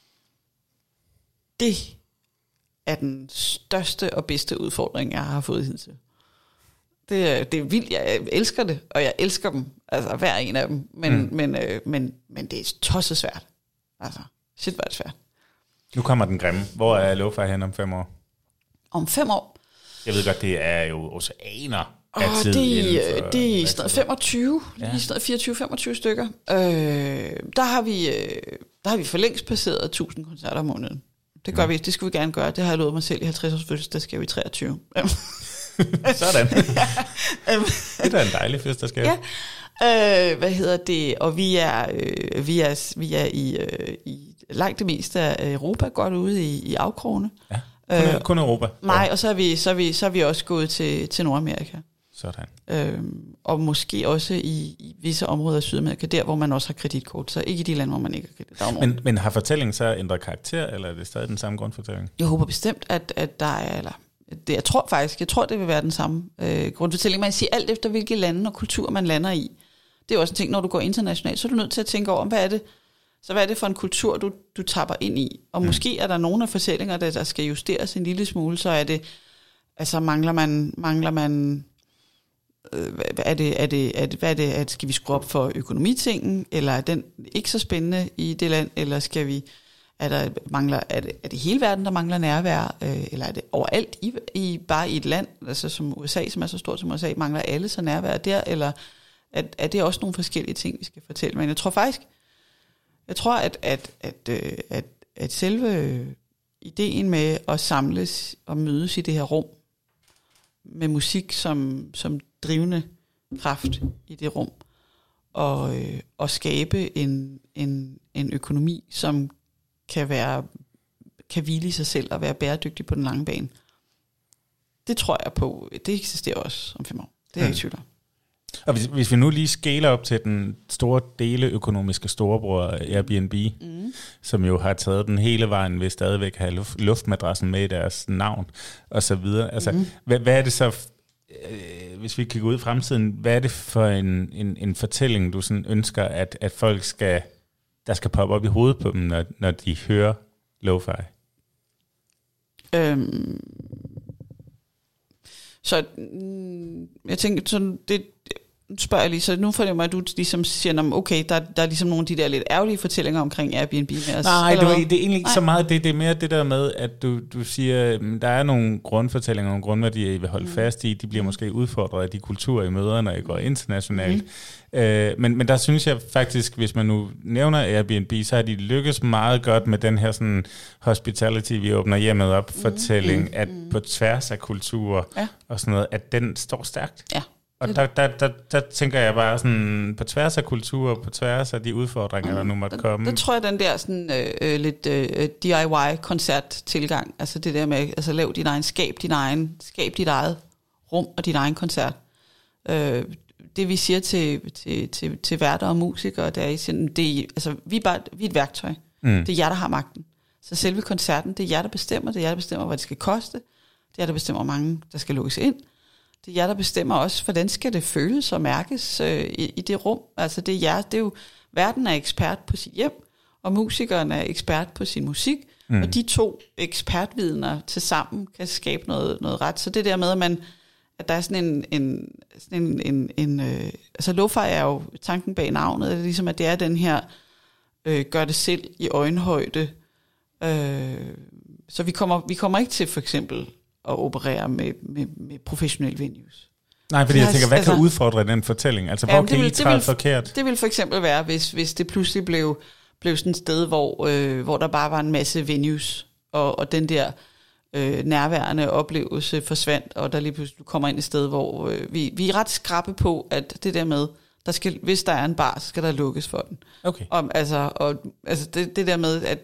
det er den største og bedste udfordring, jeg har fået hidtil. Det er vildt, jeg elsker det, og jeg elsker dem, altså hver en af dem, men det er tosset svært. Altså, shit, hvor er det svært. Nu kommer den grimme. Hvor er lo-fi hen om 5 år? Om 5 år? Jeg ved godt, det er jo oceaner. Det er sådan 25, lige sådan 24-25 stykker. Der har vi for længst passeret 1000 koncerter om måneden. Det gør vi, det skal vi gerne gøre. Det har jeg lovet mig selv i 50 års fødselsdag, skal vi 23. Sådan. Det er da en dejlig fødselsdag. Ja. Og vi er i langt det meste af Europa, godt ude i afkrogene. Ja. Kun Europa? Nej, og så er vi også gået til Nordamerika. Sådan. Og måske også i visse områder af Sydamerika, der hvor man også har kreditkort, så ikke i de lande, hvor man ikke har kreditkort. Men har fortællingen så ændret karakter, eller er det stadig den samme grundfortælling? Jeg håber bestemt, at der er, eller Jeg tror det vil være den samme grundfortælling. Man siger alt efter, hvilke lande og kultur man lander i. Det er også en ting, når du går internationalt, så er du nødt til at tænke over, hvad er det for en kultur, du tapper ind i? Og måske er der nogle af fortællinger, der skal justeres en lille smule, så er det, altså mangler man skal vi skrue op for økonomitingen, eller er den ikke så spændende i det land, eller skal vi, er det hele verden, der mangler nærvær, eller er det overalt bare i et land, altså som USA, som er så stort som USA, mangler alle så nærvær der, eller er det også nogle forskellige ting, vi skal fortælle? Men jeg tror at selve ideen med at samles og mødes i det her rum, med musik som drivende kraft i det rum, og skabe en økonomi, som kan hvile i sig selv og være bæredygtig på den lange bane. Det tror jeg på. Det eksisterer også om 5 år. Det er jeg ikke tvivl om. Og hvis vi nu lige skaler op til den store deleøkonomiske storebror Airbnb, som jo har taget den hele vejen ved stadigvæk have luftmadrassen med i deres navn og så videre. Altså, hvad er det så, hvis vi kigger ud i fremtiden, hvad er det for en fortælling, du sådan ønsker, at folk der skal poppe op i hovedet på dem, når de hører lo-fi? Så jeg tænker sådan, det spørger jeg lige, så nu får det mig, at du ligesom siger, okay, der er ligesom nogle af de der lidt ærgerlige fortællinger omkring Airbnb med os. Nej, det er egentlig ikke så meget det er mere det der med, at du siger, der er nogle grundfortællinger, nogle grundværdier, I vil holde fast i, de bliver måske udfordret af de kulturer, I møder, når I går internationalt. Men der synes jeg faktisk, hvis man nu nævner Airbnb, så har de lykkes meget godt med den her sådan hospitality, vi åbner hjemmet op, fortælling, at på tværs af kulturer og sådan noget, at den står stærkt. Ja. Og der tænker jeg bare sådan, på tværs af kulturer, på tværs af de udfordringer, der nu måtte komme. Der tror jeg, den der sådan, lidt DIY-koncert-tilgang, altså det der med, altså lav din egen, skab dit eget rum og din egen koncert. Det vi siger til værter og musikere, det er, altså, vi er et værktøj. Det er jer, der har magten. Så selve koncerten, det er jer, der bestemmer. Det er jer, der bestemmer, hvad det skal koste. Det er jer, der bestemmer, hvor mange der skal lukkes ind. Det er jer, der bestemmer også, hvordan skal det føles og mærkes i det rum. Altså det er jer, det er jo, verden er ekspert på sit hjem, og musikeren er ekspert på sin musik, og de to ekspertvidener til sammen kan skabe noget ret. Så det der med, at der er sådan altså lo-fi er jo tanken bag navnet, det er ligesom, at det er den her gør det selv i øjenhøjde. Så vi kommer ikke til for eksempel at operere med professionelle venues. Nej, fordi jeg tænker, hvad kan udfordre den fortælling? Altså, hvor kan I træde forkert? Det vil for eksempel være, hvis det pludselig blev sådan et sted, hvor der bare var en masse venues, og den der nærværende oplevelse forsvandt, og der lige pludselig du kommer ind et sted, hvor vi er ret skrappe på, at det der med, hvis der er en bar, så skal der lukkes for den. Okay. Altså det der med,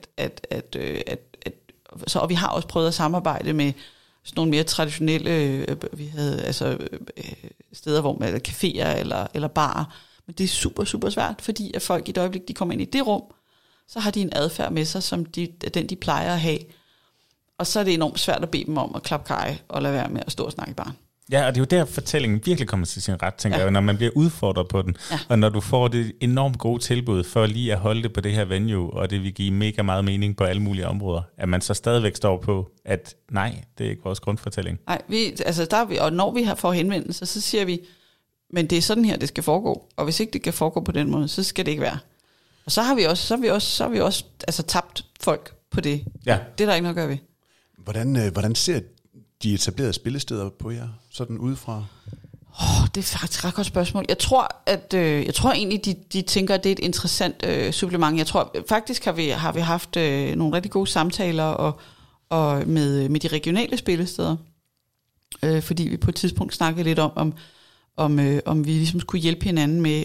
og vi har også prøvet at samarbejde med sådan nogle mere traditionelle, vi havde steder, hvor man caféer eller barer, men det er super, super svært, fordi at folk i et øjeblik, de kommer ind i det rum, så har de en adfærd med sig, som den de plejer at have, og så er det enormt svært at bede dem om at klappe kaj og lade være med at stå og snakke i baren. Ja, og det er jo der fortællingen virkelig kommer til sin ret, tænker jeg, når man bliver udfordret på den, og når du får det enormt gode tilbud for lige at holde det på det her venue, og det vil give mega meget mening på alle mulige områder, at man så stadigvæk står på, at nej, det er ikke vores grundfortælling. Nej, og når vi får henvendelser, så siger vi, men det er sådan her, det skal foregå, og hvis ikke det kan foregå på den måde, så skal det ikke være. Og så har vi også tabt folk på det. Ja. Det er der ikke noget at gøre ved. Hvordan ser de etablerede spillesteder på jer, sådan udefra? Det er faktisk et ret godt spørgsmål. Jeg tror egentlig, de tænker, at det er et interessant supplement. Jeg tror faktisk, har vi haft nogle rigtig gode samtaler og med de regionale spillesteder, fordi vi på et tidspunkt snakkede lidt om vi ligesom skulle hjælpe hinanden med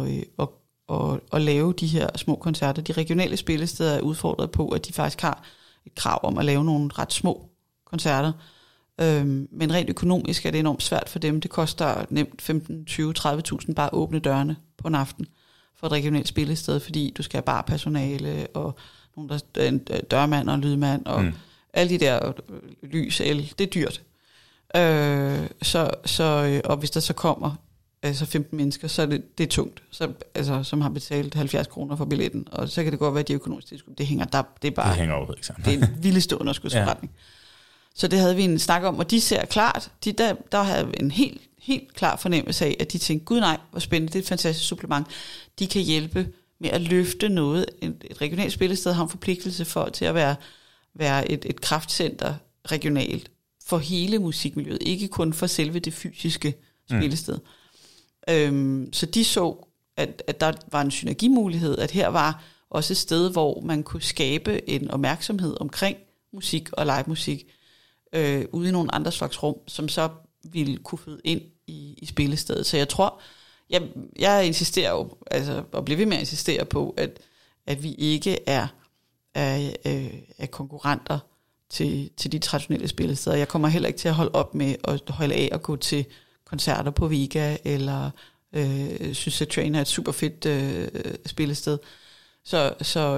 at lave de her små koncerter. De regionale spillesteder er udfordret på, at de faktisk har et krav om at lave nogle ret små koncerter. Men rent økonomisk er det enormt svært for dem. Det koster nemt 15, 20, 30.000 bare at åbne dørene på en aften for et regionalt spillested, fordi du skal have bare personale og en dørmand og en lydmand og alle de der lys, el. Det er dyrt. Og hvis der så kommer 15 mennesker, så er det tungt, som har betalt 70 kroner for billetten, og så kan det godt være, at de økonomiske tilskud, det hænger overhovedet ikke sammen. Det er en vildeste underskudsforretning. Så det havde vi en snak om, og de ser klart, der havde en helt klar fornemmelse af, at de tænkte, gud nej, hvor spændende, det er et fantastisk supplement. De kan hjælpe med at løfte noget. Et regionalt spillested har en forpligtelse til at være et kraftcenter regionalt for hele musikmiljøet, ikke kun for selve det fysiske spillested. Så de så, at der var en synergimulighed, at her var også et sted, hvor man kunne skabe en opmærksomhed omkring musik og live musik, ude i nogle andre slags rum, som så ville kunne føde ind i spillestedet. Så jeg tror, jeg insisterer jo, og bliver ved med at insistere på, at vi ikke er konkurrenter til de traditionelle spillesteder. Jeg kommer heller ikke til at holde op med at holde af at gå til koncerter på Vega, eller synes, at Train er et super fedt spillested. Så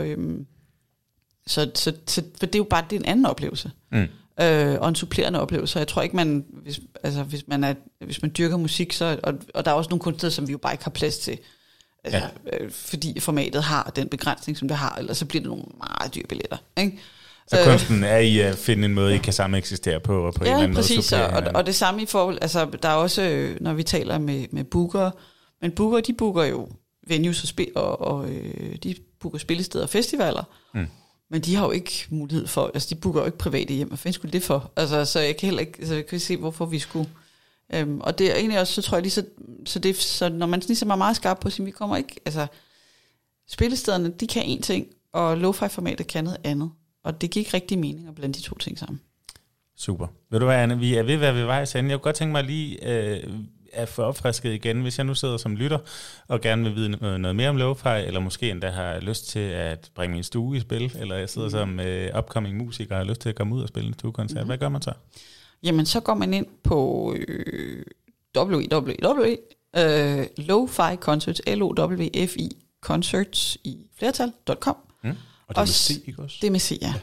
for det er jo bare en anden oplevelse. Og en supplerende oplevelse. Jeg tror ikke, hvis man dyrker musik, så, og der er også nogle kunstnere, som vi jo bare ikke har plads til, fordi formatet har den begrænsning, som det har, ellers så bliver det nogle meget dyre billetter, ikke? Så kunsten er i at finde en måde, I kan sammen eksistere på, og på en eller anden præcis, måde og det samme i forhold, der er også, når vi taler med bookere, men bookere, de booker jo venues og de booker spillesteder og festivaler, men de har jo ikke mulighed for, de booker jo ikke private hjem, hvad fanden skulle det for? Så jeg kan heller ikke, så jeg kan se, hvorfor vi skulle. Og det er egentlig også, så tror jeg lige, så når man ligesom er meget skarp på at sige, vi kommer ikke, spillestederne, de kan en ting, og lo-fi-formatet kan noget andet. Og det giver ikke rigtig mening at blande de to ting sammen. Super. Ved du hvad, Anne, vi er ved at være ved vejs ende. Jeg kunne godt tænke mig lige at få opfrisket igen, hvis jeg nu sidder som lytter, og gerne vil vide noget mere om lo-fi, eller måske endda har lyst til at bringe min stue i spil, eller jeg sidder som upcoming musiker og har lyst til at komme ud og spille en stuekoncert. Hvad gør man så? Jamen, så går man ind på www.lofi concerts, LOWFI concerts i flertal.com. Og det er med C, ikke også? Det er med C, ja.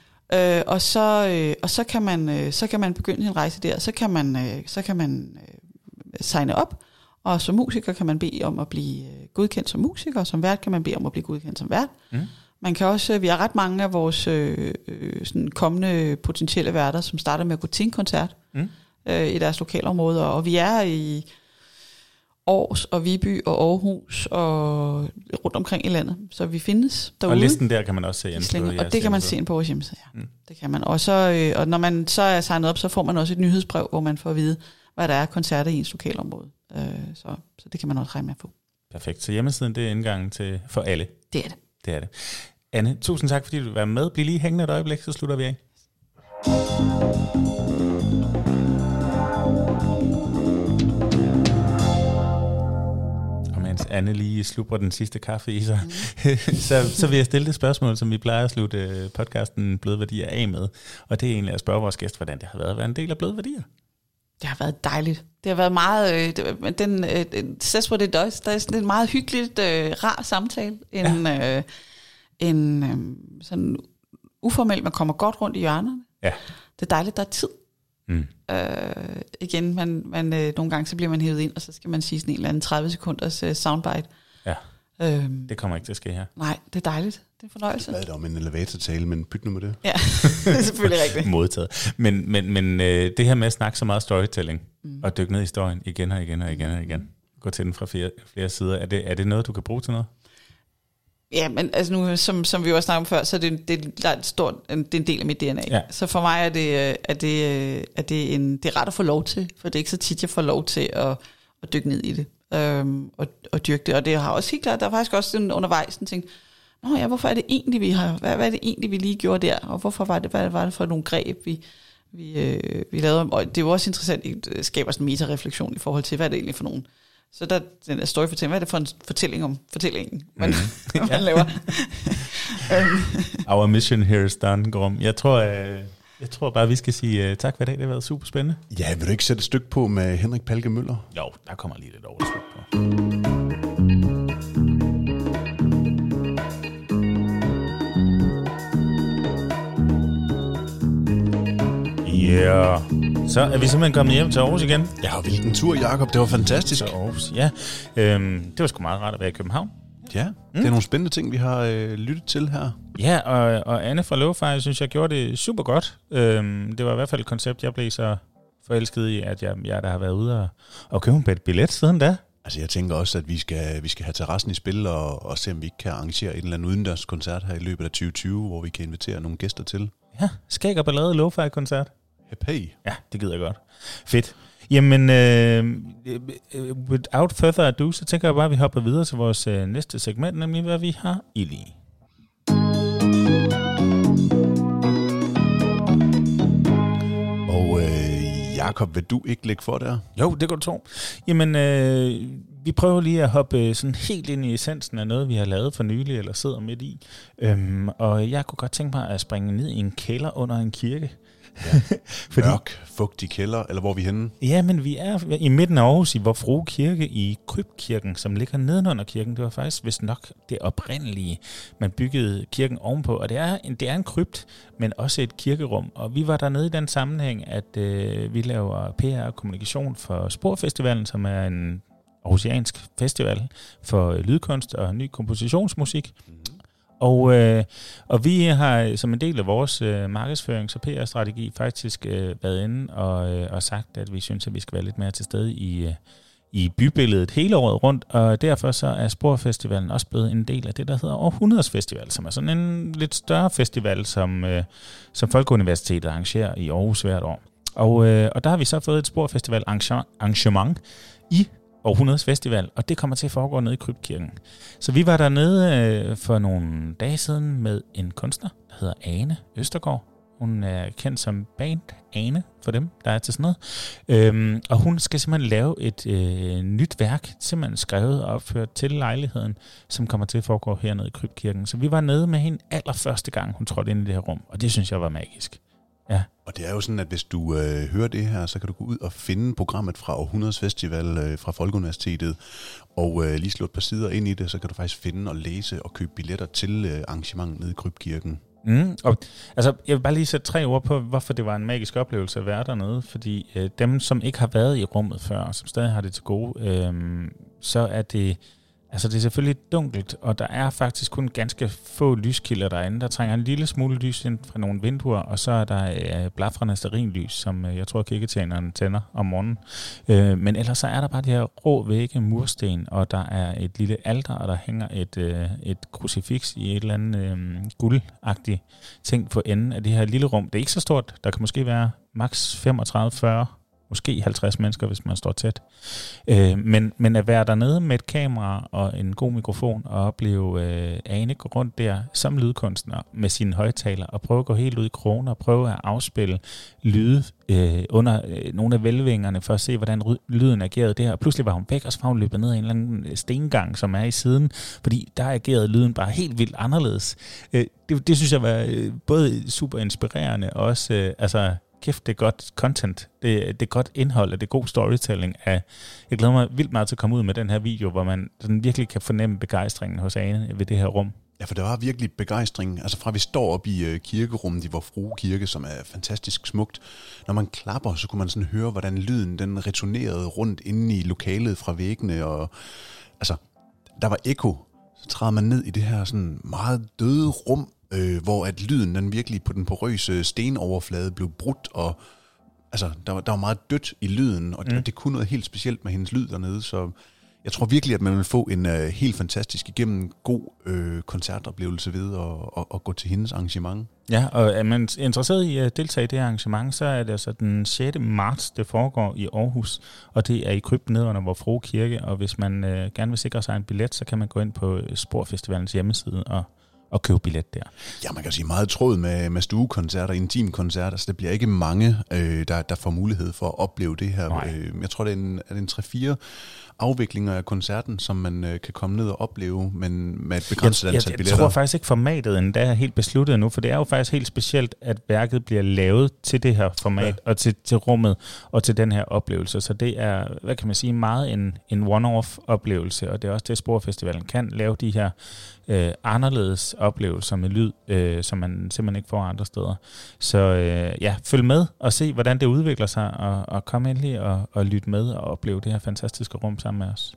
Og så kan man begynde en rejse der. Så kan man signe op, og som musiker kan man bede om at blive godkendt som musiker, og som vært kan man bede om at blive godkendt som vært. Man kan også, vi har ret mange af vores sådan kommende potentielle værter, som starter med at gå til en koncert i deres lokalområder, og vi er i Aarhus og Viby og Aarhus og rundt omkring i landet, så vi findes derude. Og listen der kan man også se ind på. Og det kan man se ind på vores hjemmeside, ja. Det kan man. Og når man så er signet op, så får man også et nyhedsbrev, hvor man får at vide, hvad der er koncerter i ens lokalområde. Så det kan man også regne med på. Perfekt. Så hjemmesiden, det er indgangen til for alle. Det er det. Det er det. Anne, tusind tak, fordi du vil være med. Bliv lige hængende et øjeblik, så slutter vi af. Og mens Anne lige slubrer den sidste kaffe i sig, så vil jeg stille det spørgsmål, som vi plejer at slutte podcasten Bløde Værdier af med. Og det er egentlig at spørge vores gæst, hvordan det har været at være en del af Bløde Værdier. Det har været dejligt. Det har været meget, says what it does. Der er sådan en meget hyggeligt, rar samtale. Sådan uformelt, man kommer godt rundt i hjørnerne. Ja. Det er dejligt, der er tid. Igen, nogle gange så bliver man hævet ind, og så skal man sige sådan en eller anden 30 sekunders soundbite. Ja, det kommer ikke til at ske her. Nej, det er dejligt. Det er en fornøjelse. Hvad er det om en elevatortale, men byt nu med det. Ja, det er selvfølgelig rigtigt. Modtaget. Men det her med at snakke så meget storytelling, og dykke ned i historien igen og igen og igen og igen, gå til den fra flere sider, er det noget, du kan bruge til noget? Ja, men altså nu, som vi også snakkede om før, så er det er en del af mit DNA. Ja. Så for mig er det ret at få lov til, for det er ikke så tit, jeg får lov til at dykke ned i det, og dyrke det. Og det har også helt klart, der er faktisk også undervejs en ting, hvorfor er det egentlig, vi har, hvad er det egentlig, vi lige gjorde der, og hvorfor var det, hvad var det for nogle greb, vi lavede? Og det er jo også interessant, det skaber sådan en meta-refleksion i forhold til, hvad er det egentlig for nogen. Så der den der storyfortælling, hvad er det for en fortælling om fortællingen, man laver? Our mission here is done, Grum. Jeg tror bare, vi skal sige tak for i dag. Det har været super spændende. Ja, vil du ikke sætte et stykke på med Henrik Palke Møller? Jo, der kommer lige lidt overslut på. Yeah. Så er vi simpelthen kommet hjem til Aarhus igen. Ja, hvilken tur, Jakob. Det var fantastisk. Til Aarhus, ja. Det var sgu meget rart at være i København. Ja, det er nogle spændende ting, vi har lyttet til her. Ja, og Anne fra Lo-Fi, synes jeg gjorde det super godt. Det var i hvert fald et koncept, jeg blev så forelsket i, at jeg der har været ude og købe en billet siden da. Altså jeg tænker også, at vi skal have terrassen i spil og se, om vi ikke kan arrangere en eller anden udendørs koncert her i løbet af 2020, hvor vi kan invitere nogle gæster til. Ja, skæg og ballade Lo-Fi-koncert. Hey. Ja, det gider jeg godt. Fedt. Jamen, without further ado, så tænker jeg bare, at vi hopper videre til vores næste segment, nemlig hvad vi har ild i. Og Jakob, vil du ikke lægge for der? Jo, det går du tro. Jamen, vi prøver lige at hoppe sådan helt ind i essensen af noget, vi har lavet for nylig, eller sidder midt i. Og jeg kunne godt tænke mig at springe ned i en kælder under en kirke. Ja. Mørk, fugtig kælder, eller hvor er vi henne? Ja, men vi er i midten af Aarhus i Vor Frue Kirke i Krybkirken, som ligger nedenunder kirken. Det var faktisk vist nok det oprindelige, man byggede kirken ovenpå. Og det er en krypt, men også et kirkerum. Og vi var dernede i den sammenhæng, at vi laver PR og kommunikation for Sporfestivalen, som er en aarhusiansk festival for lydkunst og ny kompositionsmusik. Og vi har som en del af vores markedsførings- og PR-strategi faktisk været inde og sagt, at vi synes, at vi skal være lidt mere til stede i bybilledet hele året rundt, og derfor så er Sporfestivalen også blevet en del af det, der hedder Århundredes Festival, som er sådan en lidt større festival, som Folkeuniversitetet arrangerer i Aarhus hvert år. Og der har vi så fået et Sporfestival arrangement i Århundredes Festival, og det kommer til at foregå nede i Krybkirken. Så vi var dernede for nogle dage siden med en kunstner, der hedder Ane Østergaard. Hun er kendt som Band Ane for dem, der er til sådan noget. Og hun skal simpelthen lave et nyt værk, simpelthen skrevet og opført til lejligheden, som kommer til at foregå hernede i Krybkirken. Så vi var nede med hende allerførste gang, hun trådte ind i det her rum, og det synes jeg var magisk. Ja. Og det er jo sådan, at hvis du hører det her, så kan du gå ud og finde programmet fra Århundredes Festival fra Folkeuniversitetet, og lige slå et par sider ind i det, så kan du faktisk finde og læse og købe billetter til arrangementet nede i Krybkirken. Og altså, jeg vil bare lige sætte 3 ord på, hvorfor det var en magisk oplevelse at være dernede, fordi dem, som ikke har været i rummet før, og som stadig har det til gode, så er det... Altså det er selvfølgelig dunkelt, og der er faktisk kun ganske få lyskilder derinde. Der trænger en lille smule lys ind fra nogle vinduer, og så er der blafrende stearinlys, som jeg tror kirketjeneren tænder om morgenen. Men ellers så er der bare de her rå vægge, mursten, og der er et lille alter, og der hænger et krucifiks i et eller andet guldagtigt ting på enden af det her lille rum. Det er ikke så stort. Der kan måske være maks 35-40 måske 50 mennesker, hvis man står tæt. Men at være dernede med et kamera og en god mikrofon og opleve Ane gå rundt der som lydkunstner med sine højttaler og prøve at gå helt ud i krogen og prøve at afspille lyde under nogle af velvingerne for at se, hvordan lyden agerede der. Og pludselig var hun væk, og så var hun løbet ned ad en eller anden stengang, som er i siden, fordi der agerede lyden bare helt vildt anderledes. Det synes jeg var både super inspirerende og også... kæft, det er godt content, det er godt indhold, og det er god storytelling. Jeg glæder mig vildt meget til at komme ud med den her video, hvor man sådan virkelig kan fornemme begejstringen hos Ane ved det her rum. Ja, for der var virkelig begejstring. Altså fra vi står op i kirkerummet i Vor Frue Kirke, som er fantastisk smukt. Når man klapper, så kunne man sådan høre, hvordan lyden den returnerede rundt inde i lokalet fra væggene. Og altså, der var ekko. Så træder man ned i det her sådan meget døde rum, hvor at lyden den virkelig på den porøse stenoverflade blev brudt, og altså, der var meget dødt i lyden, og det kunne noget helt specielt med hendes lyd dernede, så jeg tror virkelig, at man vil få en helt fantastisk igennem god koncertoplevelse ved at gå til hendes arrangement. Ja, og er man interesseret i at deltage i det arrangement, så er det altså den 6. marts, det foregår i Aarhus, og det er i krypten ned under Vor Frue Kirke, og hvis man gerne vil sikre sig en billet, så kan man gå ind på Sporfestivalens hjemmeside og købe billet der. Ja, man kan sige meget tråd med stuekoncerter, intimkoncerter, så det bliver ikke mange, der får mulighed for at opleve det her. Jeg tror, det er en 3-4 afviklinger af koncerten, som man kan komme ned og opleve, men med et begrænset antal billetter? Jeg tror faktisk ikke formatet endda er helt besluttet nu, for det er jo faktisk helt specielt, at værket bliver lavet til det her format, og til rummet, og til den her oplevelse. Så det er, hvad kan man sige, meget en one-off oplevelse, og det er også det, Sporfestivalen kan lave de her anderledes oplevelser med lyd, som man simpelthen ikke får andre steder. Så følg med og se, hvordan det udvikler sig, og kom endelig og lyt med og opleve det her fantastiske rum sammen med os.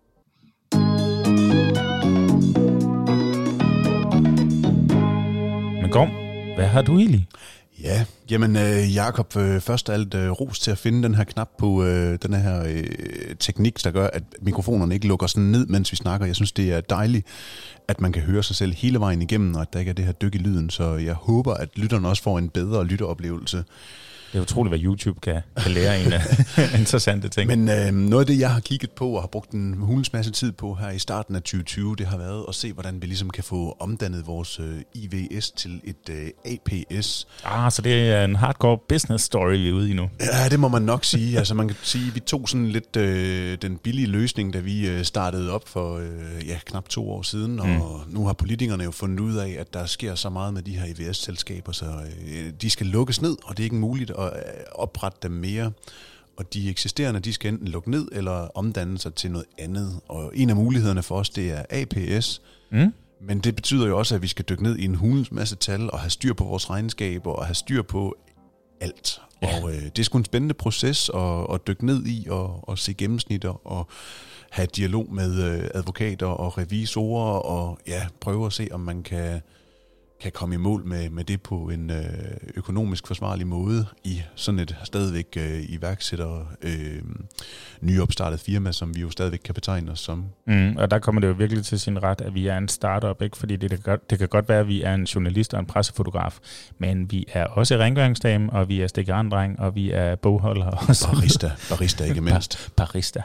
Men Gorm, hvad har du egentlig? Ja, jamen Jakob, først af alt ros til at finde den her knap på den her teknik, der gør, at mikrofonerne ikke lukker sådan ned, mens vi snakker. Jeg synes, det er dejligt, at man kan høre sig selv hele vejen igennem, og at der ikke er det her dyk i lyden. Så jeg håber, at lytterne også får en bedre lytteoplevelse. Det er utroligt, hvad YouTube kan lære en af interessante ting. Men noget af det, jeg har kigget på og har brugt en hulens masse tid på her i starten af 2020, det har været at se, hvordan vi ligesom kan få omdannet vores IVS til et APS. Så det er en hardcore business story, vi er ude i nu. Ja, det må man nok sige. Altså man kan sige, at vi tog sådan lidt den billige løsning, da vi startede op for knap 2 år siden, og nu har politikerne jo fundet ud af, at der sker så meget med de her IVS-selskaber, så de skal lukkes ned, og det er ikke muligt at oprette dem mere. Og de eksisterende, de skal enten lukke ned eller omdanne sig til noget andet. Og en af mulighederne for os, det er APS. Men det betyder jo også, at vi skal dykke ned i en hulens masse tal og have styr på vores regnskaber og have styr på alt. Ja. Og det er sgu en spændende proces at dykke ned i og se gennemsnitter og have dialog med advokater og revisorer og prøve at se, om man kan komme i mål med det på en økonomisk forsvarlig måde i sådan et stadigvæk iværksætter nyopstartet firma, som vi jo stadigvæk kan betegne os som. Og der kommer det jo virkelig til sin ret, at vi er en startup, ikke? Fordi det kan godt være, at vi er en journalist og en pressefotograf, men vi er også rengøringsdame, og vi er stikkerandreng, og vi er bogholder. Barista ikke mindst. Barista.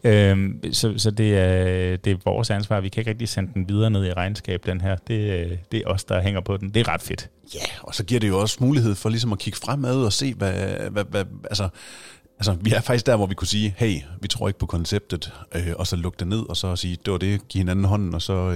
Så det er vores ansvar. Vi kan ikke rigtig sende den videre ned i regnskab, den her. Det er os, der hænger på den. Det er ret fedt. Ja, og så giver det jo også mulighed for ligesom at kigge fremad og se, hvad altså, vi er faktisk der, hvor vi kunne sige, hey, vi tror ikke på konceptet, og så lukke det ned, og så sige, det var det, give hinanden hånden, og så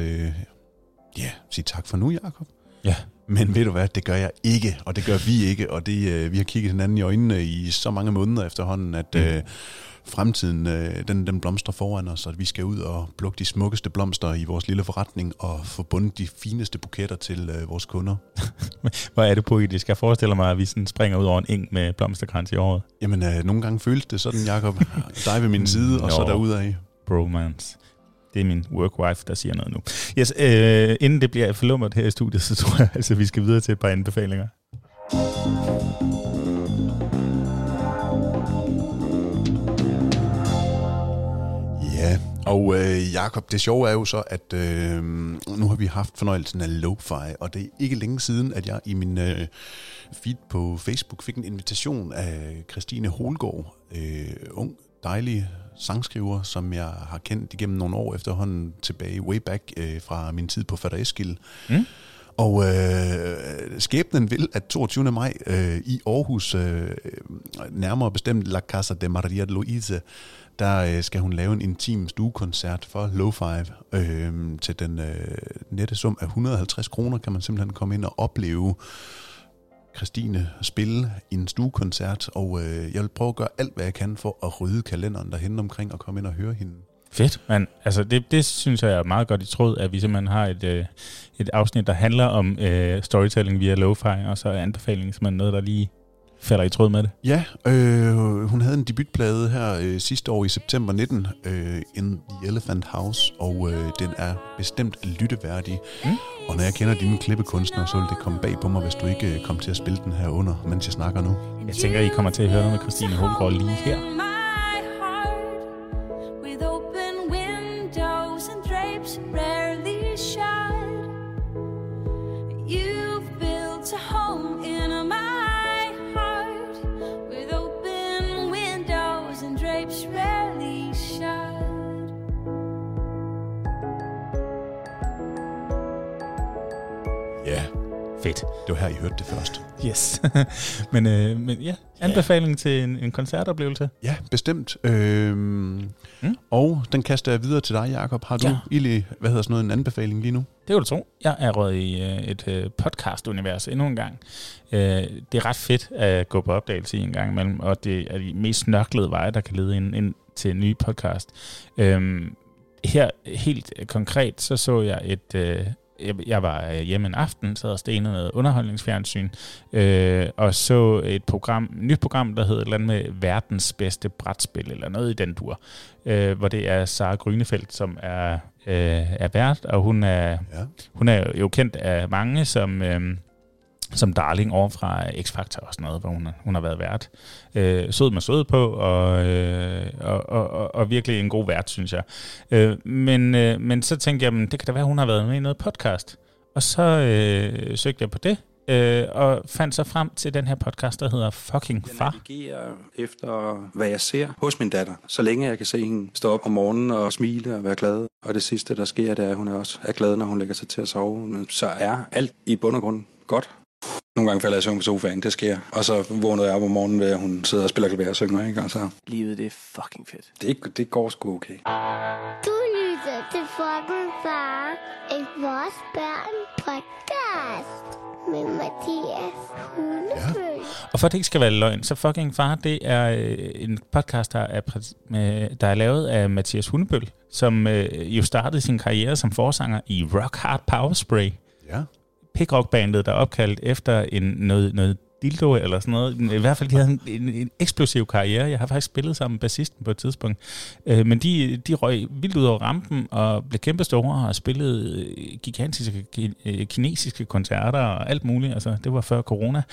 sige tak for nu, Jakob. Ja. Men ved du hvad, det gør jeg ikke, og det gør vi ikke, og det, vi har kigget hinanden i øjnene i så mange måneder efterhånden, at fremtiden, den blomstrer foran os, og vi skal ud og plukke de smukkeste blomster i vores lille forretning og få bundet de fineste buketter til vores kunder. Hvor er det poetisk? Jeg forestiller mig, at vi sådan springer ud over en eng med blomsterkrans i året. Jamen, nogle gange føles det sådan, Jakob. Dig ved min side, og så derudad. Bromance. Det er min work-wife, der siger noget nu. Yes, inden det bliver forlumret her i studiet, så tror jeg, altså, vi skal videre til et par anbefalinger. Ja, og Jakob, det sjove er jo så, at nu har vi haft fornøjelsen af Lo-Fi, og det er ikke længe siden, at jeg i min feed på Facebook fik en invitation af Christine Holgaard, ung, dejlig sangskriver, som jeg har kendt igennem nogle år efterhånden tilbage, way back fra min tid på Fader Eskil. Og skæbnen vil, at 22. maj i Aarhus, nærmere bestemt La Casa de Maria Louise, der skal hun lave en intim stuekoncert for Lo-Fi til den nette sum af 150 kroner, kan man simpelthen komme ind og opleve Christine spille i en stuekoncert, og jeg vil prøve at gøre alt, hvad jeg kan for at rydde kalenderen derhen omkring og komme ind og høre hende. Fedt, men altså det synes jeg er meget godt i tråd, at vi simpelthen har et afsnit, der handler om storytelling via Lo-Fi, og så er anbefalingen simpelthen noget, der lige falder i tråd med det. Ja, hun havde en debutplade her sidste år i september 19, In the Elephant House, og den er bestemt lytteværdig. Og når jeg kender dine klippekunstnere, så vil det komme bag på mig, hvis du ikke kommer til at spille den her under, mens jeg snakker nu. Jeg tænker, I kommer til at høre noget med Christine Holgaard lige her. Fedt. Det var her, I hørte det først. Yes. men ja, anbefaling til en koncertoplevelse? Ja, bestemt. Og den kaster jeg videre til dig, Jakob. Har du en anbefaling lige nu? Det vil du tro. Jeg er røget i et podcast-univers endnu en gang. Det er ret fedt at gå på opdagelse i en gang imellem, og det er de mest snørklede veje, der kan lede ind til en ny podcast. Her helt konkret, så jeg jeg var hjemme en aften, sad og stenede noget underholdningsfjernsyn, og så et nyt program, der hedder et eller andet med verdens bedste brætspil, eller noget i den dur, hvor det er Sara Grünefeldt, som er vært, og hun er jo kendt af mange som darling over fra X-Factor og sådan noget, hvor hun har været vært. Sød med sød på, og virkelig en god vært, synes jeg. Men så tænkte jeg, det kan da være, hun har været med i noget podcast. Og så søgte jeg på det, og fandt så frem til den her podcast, der hedder Fucking Far. Jeg navigerer efter, hvad jeg ser hos min datter. Så længe jeg kan se hende stå op om morgenen og smile og være glad. Og det sidste, der sker, det er, at hun også er glad, når hun lægger sig til at sove. Så er alt i bund og grund godt. Nogle gange falder jeg i søvn på sofaen, det sker. Og så vågnede jeg op om morgenen ved, at hun sidder og spiller klaver og synger, ikke? Og så... Livet, det er fucking fedt. Det går sgu okay. Du lytter til Fucking Far, et vores børn podcast med Mathias Hundebøl. Og for at det ikke skal være løgn, så Fucking Far, det er en podcast, der er lavet af Mathias Hundebøl, som jo startede sin karriere som forsanger i Rock Hard Power Spray. Ja. Pickrock-bandet, der er opkaldt efter noget dildo eller sådan noget. I hvert fald, de havde en eksplosiv karriere. Jeg har faktisk spillet sammen med bassisten på et tidspunkt. Men de røg vildt ud over rampen og blev kæmpestore og spillede gigantiske kinesiske koncerter og alt muligt. Altså, det var før corona.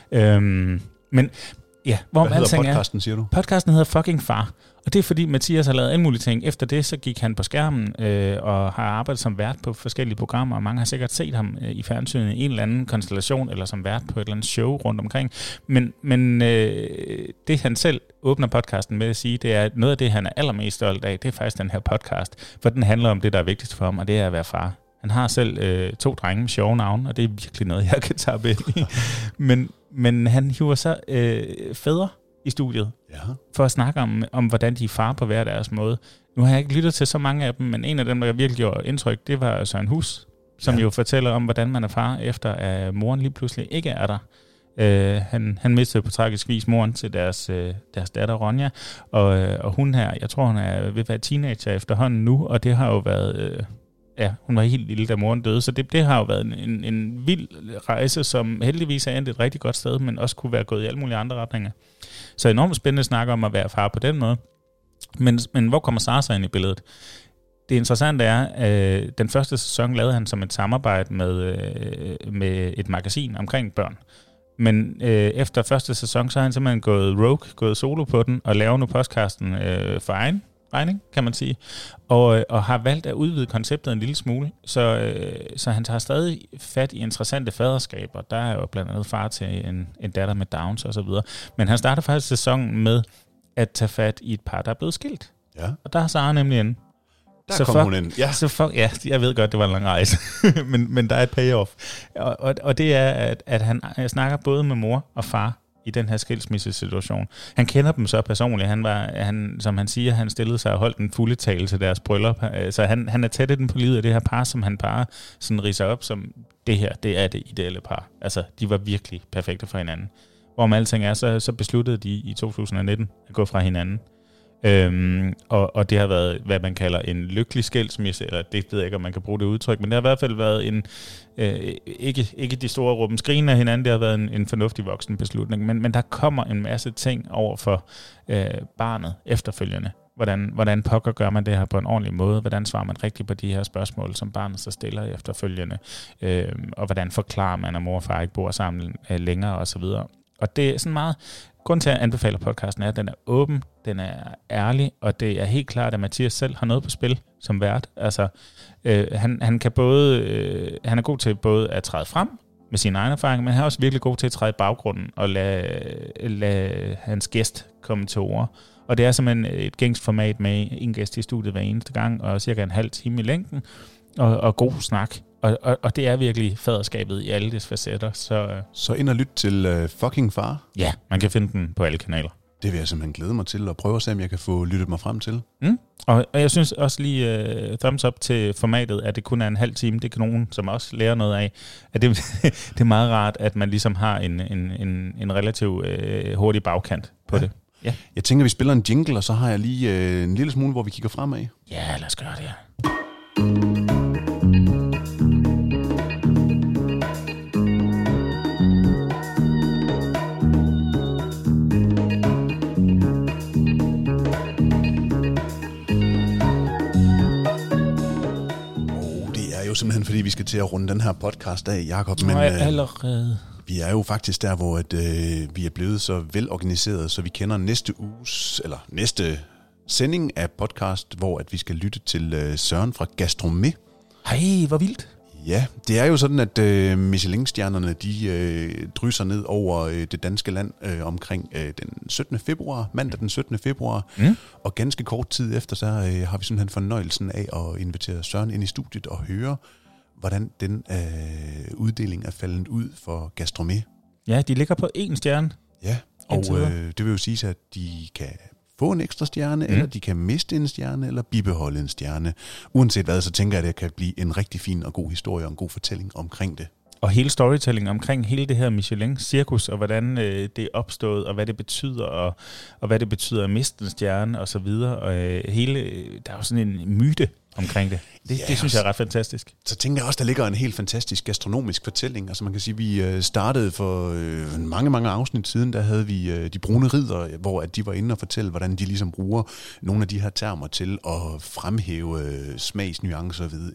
Men ja, hvad hedder podcasten, siger du? Podcasten hedder Fucking Far. Og det er fordi Mathias har lavet alle mulige ting. Efter det, så gik han på skærmen og har arbejdet som vært på forskellige programmer, og mange har sikkert set ham i fjernsynet i en eller anden konstellation, eller som vært på et eller andet show rundt omkring. Men det han selv åbner podcasten med at sige, det er noget af det, han er allermest stolt af, det er faktisk den her podcast, for den handler om det, der er vigtigst for ham, og det er at være far. Han har selv 2 drenge med sjove navne, og det er virkelig noget, jeg kan tage ind i. Men han hiver så fædre i studiet, for at snakke om, hvordan de er far på hver deres måde. Nu har jeg ikke lyttet til så mange af dem, men en af dem, der virkelig gjorde indtryk, det var Søren Hus, som jo fortæller om, hvordan man er far, efter at moren lige pludselig ikke er der. Han mistede på tragisk vis moren til deres datter Ronja, og hun her, jeg tror hun er ved at være teenager efterhånden nu, og det har jo været... hun var helt lille, da moren døde, så det har jo været en vild rejse, som heldigvis er endt et rigtig godt sted, men også kunne være gået i alle mulige andre retninger. Så enormt spændende at snakke om at være far på den måde. Men hvor kommer Sara så ind i billedet? Det interessante er, at den første sæson lavede han som et samarbejde med et magasin omkring børn. Men efter første sæson, så har han simpelthen gået solo på den, og laver nu podcasten for egen regning, kan man sige, og har valgt at udvide konceptet en lille smule, så han tager stadig fat i interessante faderskaber. Der er jo blandt andet far til en datter med Downs og så videre. Men han starter faktisk sæsonen med at tage fat i et par, der er blevet skilt. Ja. Og der er Sara nemlig inde. Der kom hun ind. Ja. Jeg ved godt, det var en lang rejse, men der er et payoff. Og det er, at han snakker både med mor og far i den her skilsmissesituation. Han kender dem så personligt. Han, som han siger, han stillede sig og holdt en fulde tale til deres bryllup. Så han er tæt i den på livet af det her par, som han bare sådan ridser op som, det her, det er det ideelle par. Altså, de var virkelig perfekte for hinanden. Hvorom alting er, så besluttede de i 2019 at gå fra hinanden. Og det har været, hvad man kalder en lykkelig skilsmisse, eller det ved jeg ikke, om man kan bruge det udtryk, men det har i hvert fald været en, ikke de store råben skrigen af hinanden, det har været en fornuftig voksen beslutning, men der kommer en masse ting over for barnet efterfølgende. Hvordan pokker gør man det her på en ordentlig måde? Hvordan svarer man rigtigt på de her spørgsmål, som barnet så stiller efterfølgende? Og hvordan forklarer man, at mor og far ikke bor sammen længere osv.? Og det er sådan meget... Grunden til at anbefale podcasten er, at den er åben, den er ærlig, og det er helt klart, at Mathias selv har noget på spil som vært. Altså, han er god til både at træde frem med sin egen erfaring, men han er også virkelig god til at træde i baggrunden og lade hans gæst komme til ord. Og det er simpelthen et gængs format med en gæst i studiet hver eneste gang, og cirka en halv time i længden, og god snak. Og det er virkelig faderskabet i alle dets facetter. Så ind og lyt til Fucking Far. Ja, man kan finde den på alle kanaler. Det vil jeg simpelthen glæde mig til, og prøve at se, om jeg kan få lyttet mig frem til. Og jeg synes også lige thumbs up til formatet, at det kun er en halv time. Det kan nogen, som også lærer noget af. At det er meget rart, at man ligesom har en relativt hurtig bagkant på det. Ja. Jeg tænker, vi spiller en jingle, og så har jeg lige en lille smule, hvor vi kigger fremad. Ja, lad os gøre det, ja. Simpelthen fordi vi skal til at runde den her podcast af, Jakob. Men allerede. Vi er jo faktisk der, hvor vi er blevet så velorganiseret, så vi kender næste sending af podcast, hvor at vi skal lytte til Søren fra Gastromé. Hej, hvor vildt. Ja, det er jo sådan, at Michelin-stjernerne, de drysser ned over det danske land omkring den 17. februar, mandag den 17. februar. Og ganske kort tid efter, så har vi simpelthen fornøjelsen af at invitere Søren ind i studiet og høre, hvordan den uddeling er faldet ud for Gastromé. Ja, de ligger på 1 stjerne. Ja, og det vil jo sige, at de kan få en ekstra stjerne, eller de kan miste en stjerne, eller bibeholde en stjerne. Uanset hvad, så tænker jeg, at det kan blive en rigtig fin og god historie og en god fortælling omkring det. Og hele storytelling omkring hele det her Michelin-cirkus, og hvordan det er opstået, og hvad det betyder, og hvad det betyder at miste en stjerne, og så videre. Og der er jo sådan en myte omkring det. Det synes jeg er ret fantastisk. Så tænker jeg også, der ligger en helt fantastisk gastronomisk fortælling. Altså man kan sige, vi startede for mange afsnit siden, der havde vi de brune ridder, hvor at de var inde og fortælle, hvordan de ligesom bruger nogle af de her termer til at fremhæve smagsnuancer ved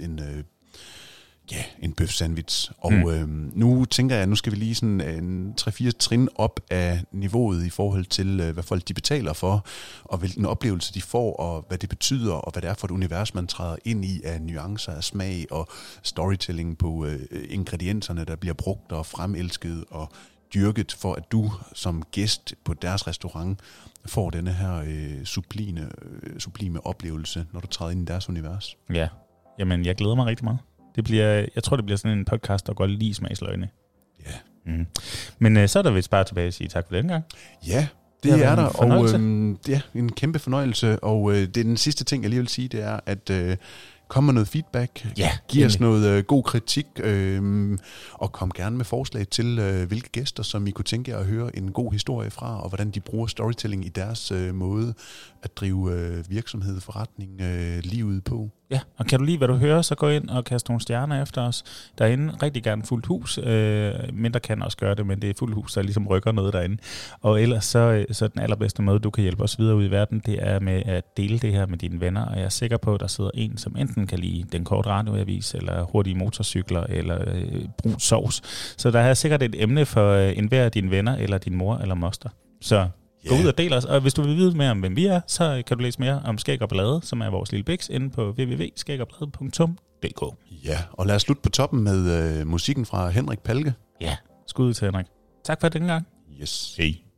en bøf sandwich. Og nu tænker jeg, at nu skal vi lige sådan en 3-4 trin op af niveauet i forhold til, hvad folk de betaler for, og hvilken oplevelse de får, og hvad det betyder, og hvad det er for et univers, man træder ind i af nuancer, af smag og storytelling på ingredienserne, der bliver brugt og fremelsket og dyrket, for at du som gæst på deres restaurant får denne her sublime oplevelse, når du træder ind i deres univers. Ja, jamen jeg glæder mig rigtig meget. Jeg tror, det bliver sådan en podcast, der går lige smagsløgne. Ja. Men så er der vist bare tilbage at sige tak for den gang. Ja, det er der. Og en kæmpe fornøjelse. Og det er den sidste ting, jeg lige vil sige, det er, at kom med noget feedback. Ja, giv os noget god kritik. Og kom gerne med forslag til, hvilke gæster, som I kunne tænke jer at høre en god historie fra, og hvordan de bruger storytelling i deres måde at drive virksomhed, forretning, livet på. Ja, og kan du lide, hvad du hører, så gå ind og kast nogle stjerner efter os. Derinde rigtig gerne fuldt hus. Mindre kan også gøre det, men det er fuldt hus, der ligesom rykker noget derinde. Og ellers så den allerbedste måde, du kan hjælpe os videre ud i verden, det er med at dele det her med dine venner. Og jeg er sikker på, at der sidder en, som enten kan lide den korte radioavis, eller hurtige motorcykler, eller brun sovs. Så der er sikkert et emne for enhver af dine venner, eller din mor eller moster. Så gå ud og del os, og hvis du vil vide mere om, hvem vi er, så kan du læse mere om Skæg og Ballade, som er vores lille biks, inde på www.skægogballade.dk. Ja, og lad os slutte på toppen med musikken fra Henrik Palke. Ja, skud til Henrik. Tak for den gang. Yes. Hej.